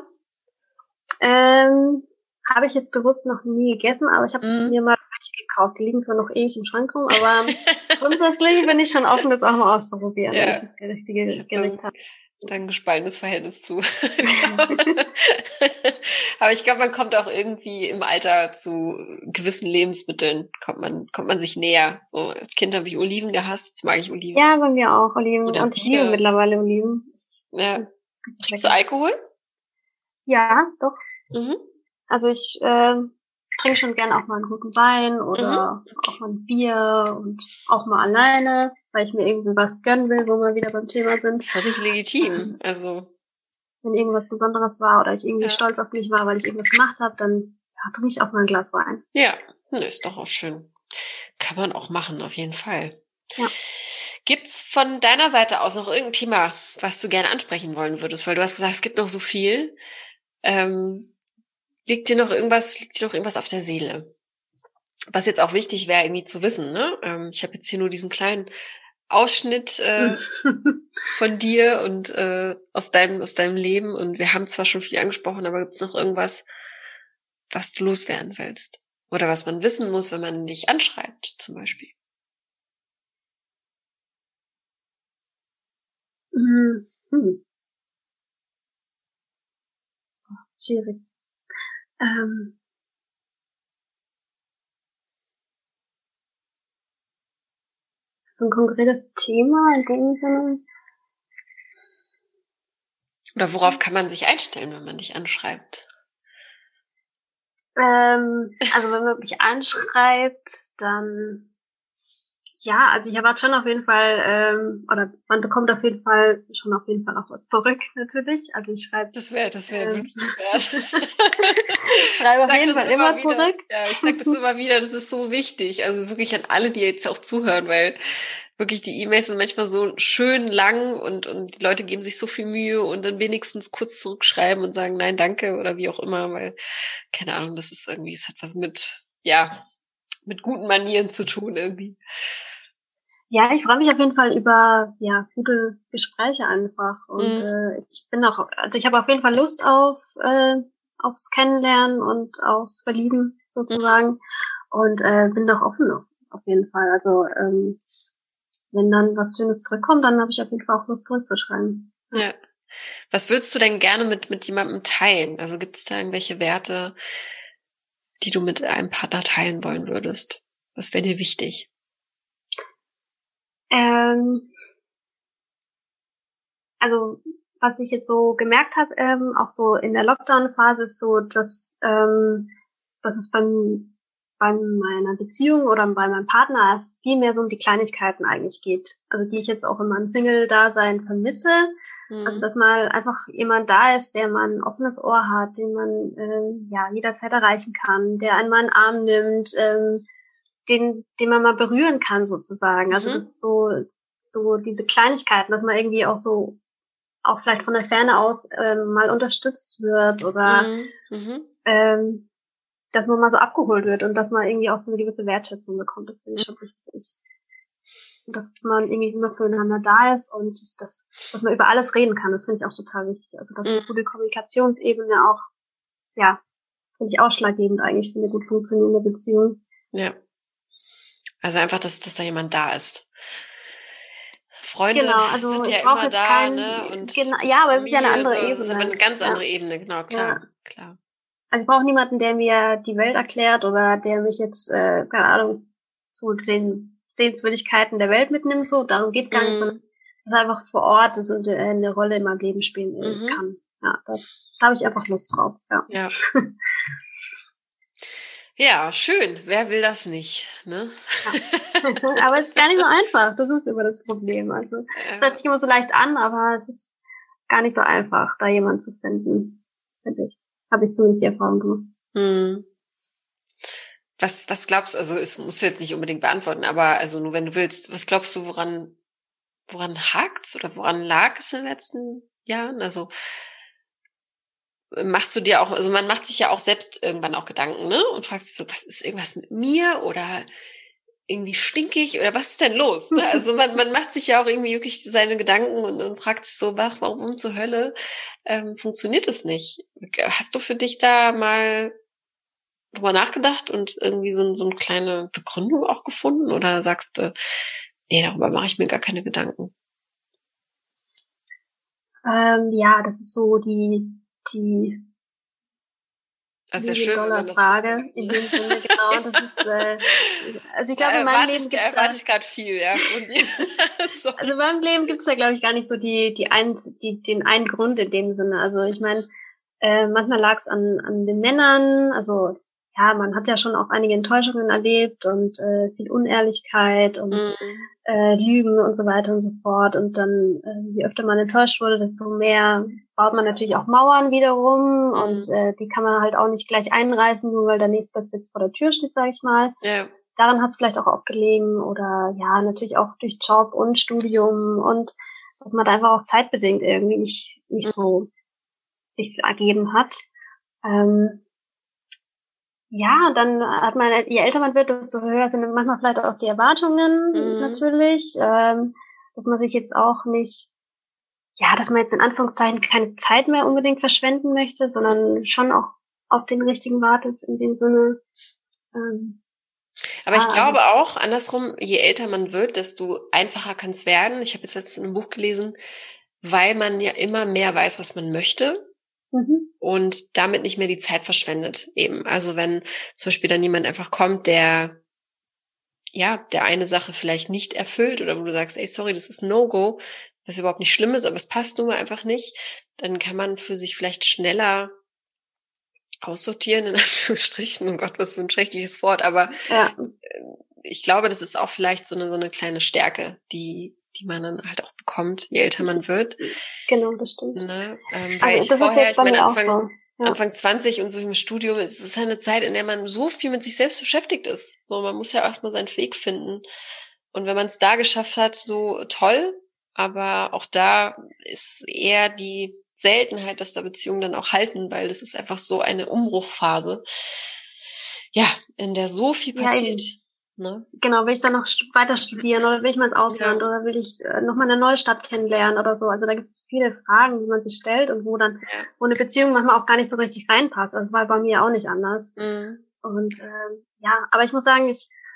Habe ich jetzt bewusst noch nie gegessen, aber ich habe mir mal welche gekauft. Die liegen zwar noch ewig im Schrank rum, aber grundsätzlich bin ich schon offen, das auch mal auszuprobieren, wenn ich das richtige Gericht habe. Ein gespaltenes Verhältnis zu. Aber ich glaube, man kommt auch irgendwie im Alter zu gewissen Lebensmitteln, kommt man sich näher. So, als Kind habe ich Oliven gehasst, jetzt mag ich Oliven. Ja, bei mir auch Oliven. Oder und ich liebe mittlerweile Oliven. Ja. Trinkst du Alkohol? Ja, doch. Also ich trinke schon gerne auch mal einen guten Wein oder auch mal ein Bier und auch mal alleine, weil ich mir irgendwie was gönnen will, wo wir wieder beim Thema sind. Völlig legitim. Also wenn irgendwas Besonderes war oder ich irgendwie stolz auf mich war, weil ich irgendwas gemacht habe, dann trinke ich auch mal ein Glas Wein. Ja, ist doch auch schön. Kann man auch machen, auf jeden Fall. Ja. Gibt's von deiner Seite aus noch irgendein Thema, was du gerne ansprechen wollen würdest? Weil du hast gesagt, es gibt noch so viel. Liegt dir noch irgendwas auf der Seele? Was jetzt auch wichtig wäre, irgendwie zu wissen, ne? Ich habe jetzt hier nur diesen kleinen Ausschnitt von dir und aus deinem Leben. Und wir haben zwar schon viel angesprochen, aber gibt's noch irgendwas, was du loswerden willst? Oder was man wissen muss, wenn man dich anschreibt, zum Beispiel? Schwierig. So ein konkretes Thema in dem Sinne. Oder worauf kann man sich einstellen, wenn man dich anschreibt? Also wenn man mich anschreibt, dann ja, also ich erwarte schon auf jeden Fall, oder man bekommt auf jeden Fall auch was zurück, natürlich. Also ich schreibe. Das wäre wünschenswert. Ich schreibe auf jeden Fall immer zurück. Ja, ich sage das immer wieder, das ist so wichtig. Also wirklich an alle, die jetzt auch zuhören, weil wirklich die E-Mails sind manchmal so schön lang und die Leute geben sich so viel Mühe und dann wenigstens kurz zurückschreiben und sagen nein, danke oder wie auch immer, weil, keine Ahnung, das ist irgendwie, es hat was mit guten Manieren zu tun irgendwie. Ja, ich freue mich auf jeden Fall über gute Gespräche einfach und ich habe auf jeden Fall Lust aufs Kennenlernen und aufs Verlieben sozusagen und bin doch offen auf jeden Fall. Also wenn dann was Schönes zurückkommt, dann habe ich auf jeden Fall auch Lust zurückzuschreiben. Ja. Was würdest du denn gerne mit jemandem teilen? Also gibt es da irgendwelche Werte, die du mit einem Partner teilen wollen würdest? Was wäre dir wichtig? Also was ich jetzt so gemerkt habe, auch so in der Lockdown-Phase, ist so, dass es bei meiner Beziehung oder bei meinem Partner viel mehr so um die Kleinigkeiten eigentlich geht. Also die ich jetzt auch in meinem Single-Dasein vermisse. Also dass mal einfach jemand da ist, der mal ein offenes Ohr hat, den man jederzeit erreichen kann, der einen mal in den Arm nimmt, den man mal berühren kann sozusagen. Also das ist so diese Kleinigkeiten, dass man irgendwie auch so auch vielleicht von der Ferne aus mal unterstützt wird oder dass man mal so abgeholt wird und dass man irgendwie auch so eine gewisse Wertschätzung bekommt. Das finde ich schon wichtig. Und dass man irgendwie immer füreinander da ist und dass man über alles reden kann. Das finde ich auch total wichtig. Also dass eine gute Kommunikationsebene auch, finde ich ausschlaggebend eigentlich für eine gut funktionierende Beziehung. Ja. Also einfach, dass da jemand da ist. Freunde sind ja immer da, ne? Und aber es ist ja eine andere Ebene. Das ist aber eine ganz andere Ebene, genau, klar. Also ich brauche niemanden, der mir die Welt erklärt oder der mich jetzt, keine Ahnung, zu den Sehenswürdigkeiten der Welt mitnimmt. So, darum geht's gar nicht, sondern dass er einfach vor Ort ist und eine Rolle in meinem Leben spielen kann. Ja, da habe ich einfach Lust drauf. Ja. Ja, schön. Wer will das nicht, ne? Ja. Aber es ist gar nicht so einfach. Das ist immer das Problem. Also es hört sich immer so leicht an, aber es ist gar nicht so einfach, da jemanden zu finden, finde ich. Habe ich zumindest die Erfahrung gemacht. Was glaubst du, also es musst du jetzt nicht unbedingt beantworten, aber also nur wenn du willst, was glaubst du, woran hakt's oder woran lag es in den letzten Jahren? Also machst du dir auch, also man macht sich ja auch selbst irgendwann auch Gedanken, ne? Und fragt sich so, was ist irgendwas mit mir oder irgendwie stinkig oder was ist denn los? Ne? Also man macht sich ja auch irgendwie wirklich seine Gedanken und fragt sich so, warum zur Hölle funktioniert es nicht? Hast du für dich da mal drüber nachgedacht und irgendwie so eine kleine Begründung auch gefunden oder sagst du, nee, darüber mache ich mir gar keine Gedanken? Ja, das ist so die Das wäre schön, wenn man das Frage in dem Sinne, genau. Das ist, also ich glaube, in meinem Leben gibt's erwarte ich gerade viel, ja, von dir. Also in meinem Leben gibt's da, glaube ich, gar nicht so den einen Grund in dem Sinne. Also ich meine, manchmal lag's an den Männern, also ja, man hat ja schon auch einige Enttäuschungen erlebt und viel Unehrlichkeit und Lügen und so weiter und so fort. Und dann, je öfter man enttäuscht wurde, desto mehr baut man natürlich auch Mauern wiederum und die kann man halt auch nicht gleich einreißen, nur weil der nächste jetzt vor der Tür steht, sage ich mal. Ja. Daran hat es vielleicht auch gelegen oder ja, natürlich auch durch Job und Studium und dass man da einfach auch zeitbedingt irgendwie nicht so sich ergeben hat. Ja, dann hat man, je älter man wird, desto höher sind manchmal vielleicht auch die Erwartungen natürlich, dass man sich jetzt auch nicht, ja, dass man jetzt in Anführungszeichen keine Zeit mehr unbedingt verschwenden möchte, sondern schon auch auf den richtigen wartet in dem Sinne. Aber ich glaube auch, andersrum, je älter man wird, desto einfacher kann es werden. Ich habe jetzt letztens in einem Buch gelesen, weil man ja immer mehr weiß, was man möchte. Und damit nicht mehr die Zeit verschwendet eben. Also wenn zum Beispiel dann jemand einfach kommt, der eine Sache vielleicht nicht erfüllt oder wo du sagst, ey, sorry, das ist No-Go, was überhaupt nicht schlimm ist, aber es passt nun mal einfach nicht, dann kann man für sich vielleicht schneller aussortieren, in Anführungsstrichen. Oh Gott, was für ein schreckliches Wort, aber ich glaube, das ist auch vielleicht so eine kleine Stärke, die man dann halt auch bekommt, je älter man wird. Genau, das stimmt. Ne? Weil also ich vorher, ich meine, Anfang 20 und so im Studium, es ist halt eine Zeit, in der man so viel mit sich selbst beschäftigt ist. So, man muss ja erstmal seinen Weg finden. Und wenn man es da geschafft hat, so toll, aber auch da ist eher die Seltenheit, dass da Beziehungen dann auch halten, weil das ist einfach so eine Umbruchphase. Ja, in der so viel passiert. Ne? Genau, will ich dann noch weiter studieren oder will ich mal ins Ausland oder will ich noch mal eine neue Stadt kennenlernen oder so. Also da gibt es viele Fragen, die man sich stellt und wo eine Beziehung manchmal auch gar nicht so richtig reinpasst. Also es war bei mir auch nicht anders. Und aber ich muss sagen,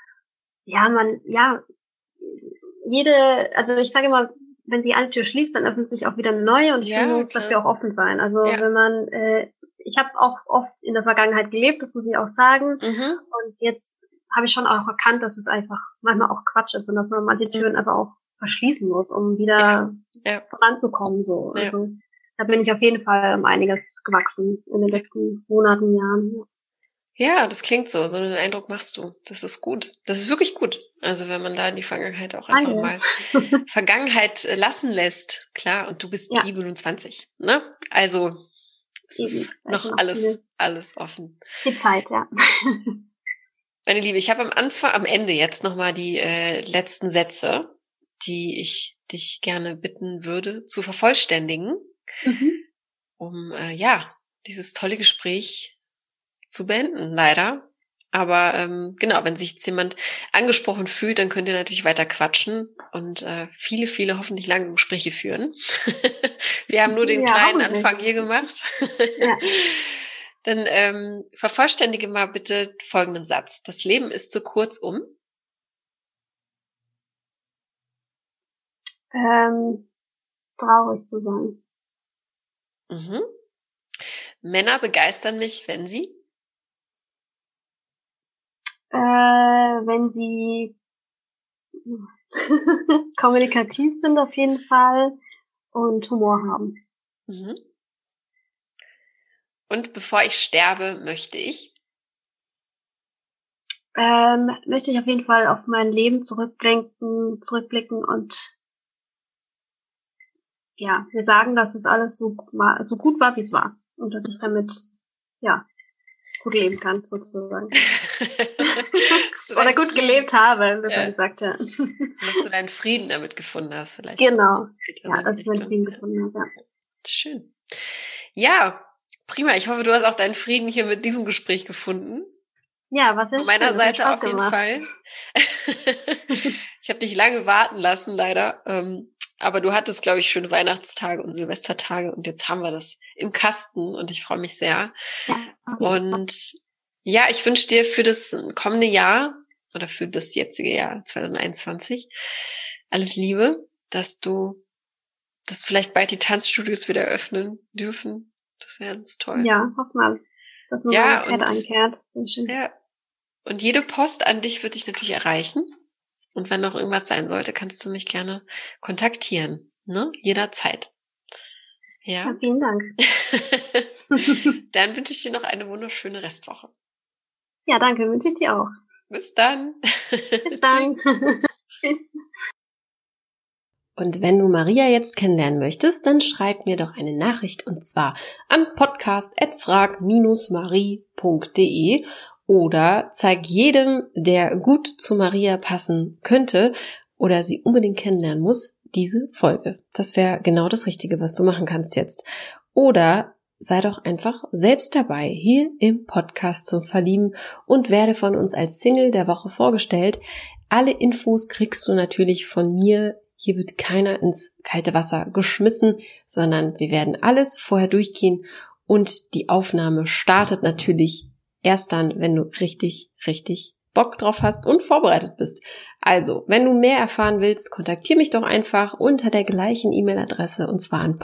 also ich sage immer, wenn sich eine Tür schließt, dann öffnet sich auch wieder eine neue und ich finde, man muss dafür auch offen sein. Also wenn man, ich habe auch oft in der Vergangenheit gelebt, das muss ich auch sagen. Und jetzt habe ich schon auch erkannt, dass es einfach manchmal auch Quatsch ist und dass man manche Türen einfach auch verschließen muss, um wieder voranzukommen. So. Also da bin ich auf jeden Fall um einiges gewachsen in den letzten Monaten, Jahren. Ja, das klingt so. So einen Eindruck machst du. Das ist gut. Das ist wirklich gut. Also wenn man da in die Vergangenheit auch einfach mal Vergangenheit lassen lässt. Klar, und du bist 27, ne? Also es ist noch alles offen. Die Zeit, ja. Meine Liebe, ich habe am Ende jetzt nochmal die letzten Sätze, die ich dich gerne bitten würde, zu vervollständigen, um dieses tolle Gespräch zu beenden, leider. Aber genau, wenn sich jetzt jemand angesprochen fühlt, dann könnt ihr natürlich weiter quatschen und viele, viele hoffentlich lange Gespräche führen. Wir haben nur den kleinen Anfang hier gemacht. Dann vervollständige mal bitte folgenden Satz. Das Leben ist zu kurz, um traurig zu sein. Männer begeistern mich, wenn sie? Wenn sie kommunikativ sind auf jeden Fall und Humor haben. Mhm. Und bevor ich sterbe, möchte ich? Möchte ich auf jeden Fall auf mein Leben zurückblicken und ja, wir sagen, dass es alles so gut war, wie es war. Und dass ich damit, gut leben kann, sozusagen. Oder gut gelebt habe, wie man gesagt, ja. Dass du deinen Frieden damit gefunden hast, vielleicht. Genau. Ja, dass ich meinen Frieden gefunden habe, ja. Schön. Ja, prima. Ich hoffe, du hast auch deinen Frieden hier mit diesem Gespräch gefunden. Ja, was ist von meiner Seite auf jeden Fall. Ich habe dich lange warten lassen, leider. Aber du hattest, glaube ich, schöne Weihnachtstage und Silvestertage und jetzt haben wir das im Kasten und ich freue mich sehr. Ja. Und ja, ich wünsche dir für das kommende Jahr oder für das jetzige Jahr 2021 alles Liebe, dass vielleicht bald die Tanzstudios wieder öffnen dürfen. Das wäre ganz toll. Ja, hoff mal. Dass man einkehrt. Ja. Und jede Post an dich wird dich natürlich erreichen. Und wenn noch irgendwas sein sollte, kannst du mich gerne kontaktieren. Ne? Jederzeit. Ja, vielen Dank. Dann wünsche ich dir noch eine wunderschöne Restwoche. Ja, danke, wünsche ich dir auch. Bis dann. Bis dann. Tschüss. Und wenn du Maria jetzt kennenlernen möchtest, dann schreib mir doch eine Nachricht und zwar an podcast@frag-marie.de oder zeig jedem, der gut zu Maria passen könnte oder sie unbedingt kennenlernen muss, diese Folge. Das wäre genau das Richtige, was du machen kannst jetzt. Oder sei doch einfach selbst dabei hier im Podcast zum Verlieben und werde von uns als Single der Woche vorgestellt. Alle Infos kriegst du natürlich von mir. Hier wird keiner ins kalte Wasser geschmissen, sondern wir werden alles vorher durchgehen und die Aufnahme startet natürlich erst dann, wenn du richtig, richtig Bock drauf hast und vorbereitet bist. Also, wenn du mehr erfahren willst, kontaktiere mich doch einfach unter der gleichen E-Mail-Adresse und zwar an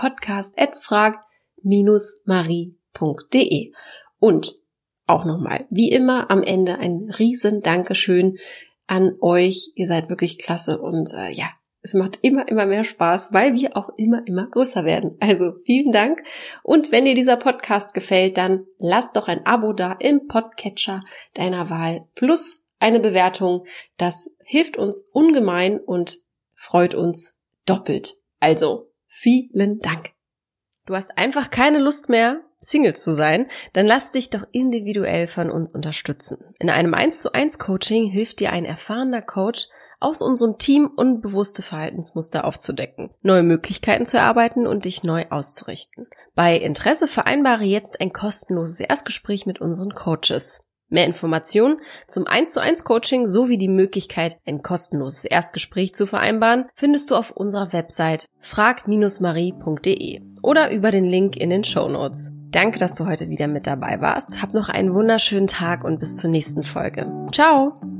podcast@frag-marie.de. Und auch nochmal, wie immer am Ende ein riesen Dankeschön an euch. Ihr seid wirklich klasse und es macht immer mehr Spaß, weil wir auch immer größer werden. Also vielen Dank. Und wenn dir dieser Podcast gefällt, dann lass doch ein Abo da im Podcatcher deiner Wahl plus eine Bewertung. Das hilft uns ungemein und freut uns doppelt. Also vielen Dank. Du hast einfach keine Lust mehr, Single zu sein, dann lass dich doch individuell von uns unterstützen. In einem 1:1 Coaching hilft dir ein erfahrener Coach, aus unserem Team unbewusste Verhaltensmuster aufzudecken, neue Möglichkeiten zu erarbeiten und dich neu auszurichten. Bei Interesse vereinbare jetzt ein kostenloses Erstgespräch mit unseren Coaches. Mehr Informationen zum 1:1 Coaching sowie die Möglichkeit, ein kostenloses Erstgespräch zu vereinbaren, findest du auf unserer Website frag-marie.de oder über den Link in den Shownotes. Danke, dass du heute wieder mit dabei warst. Hab noch einen wunderschönen Tag und bis zur nächsten Folge. Ciao!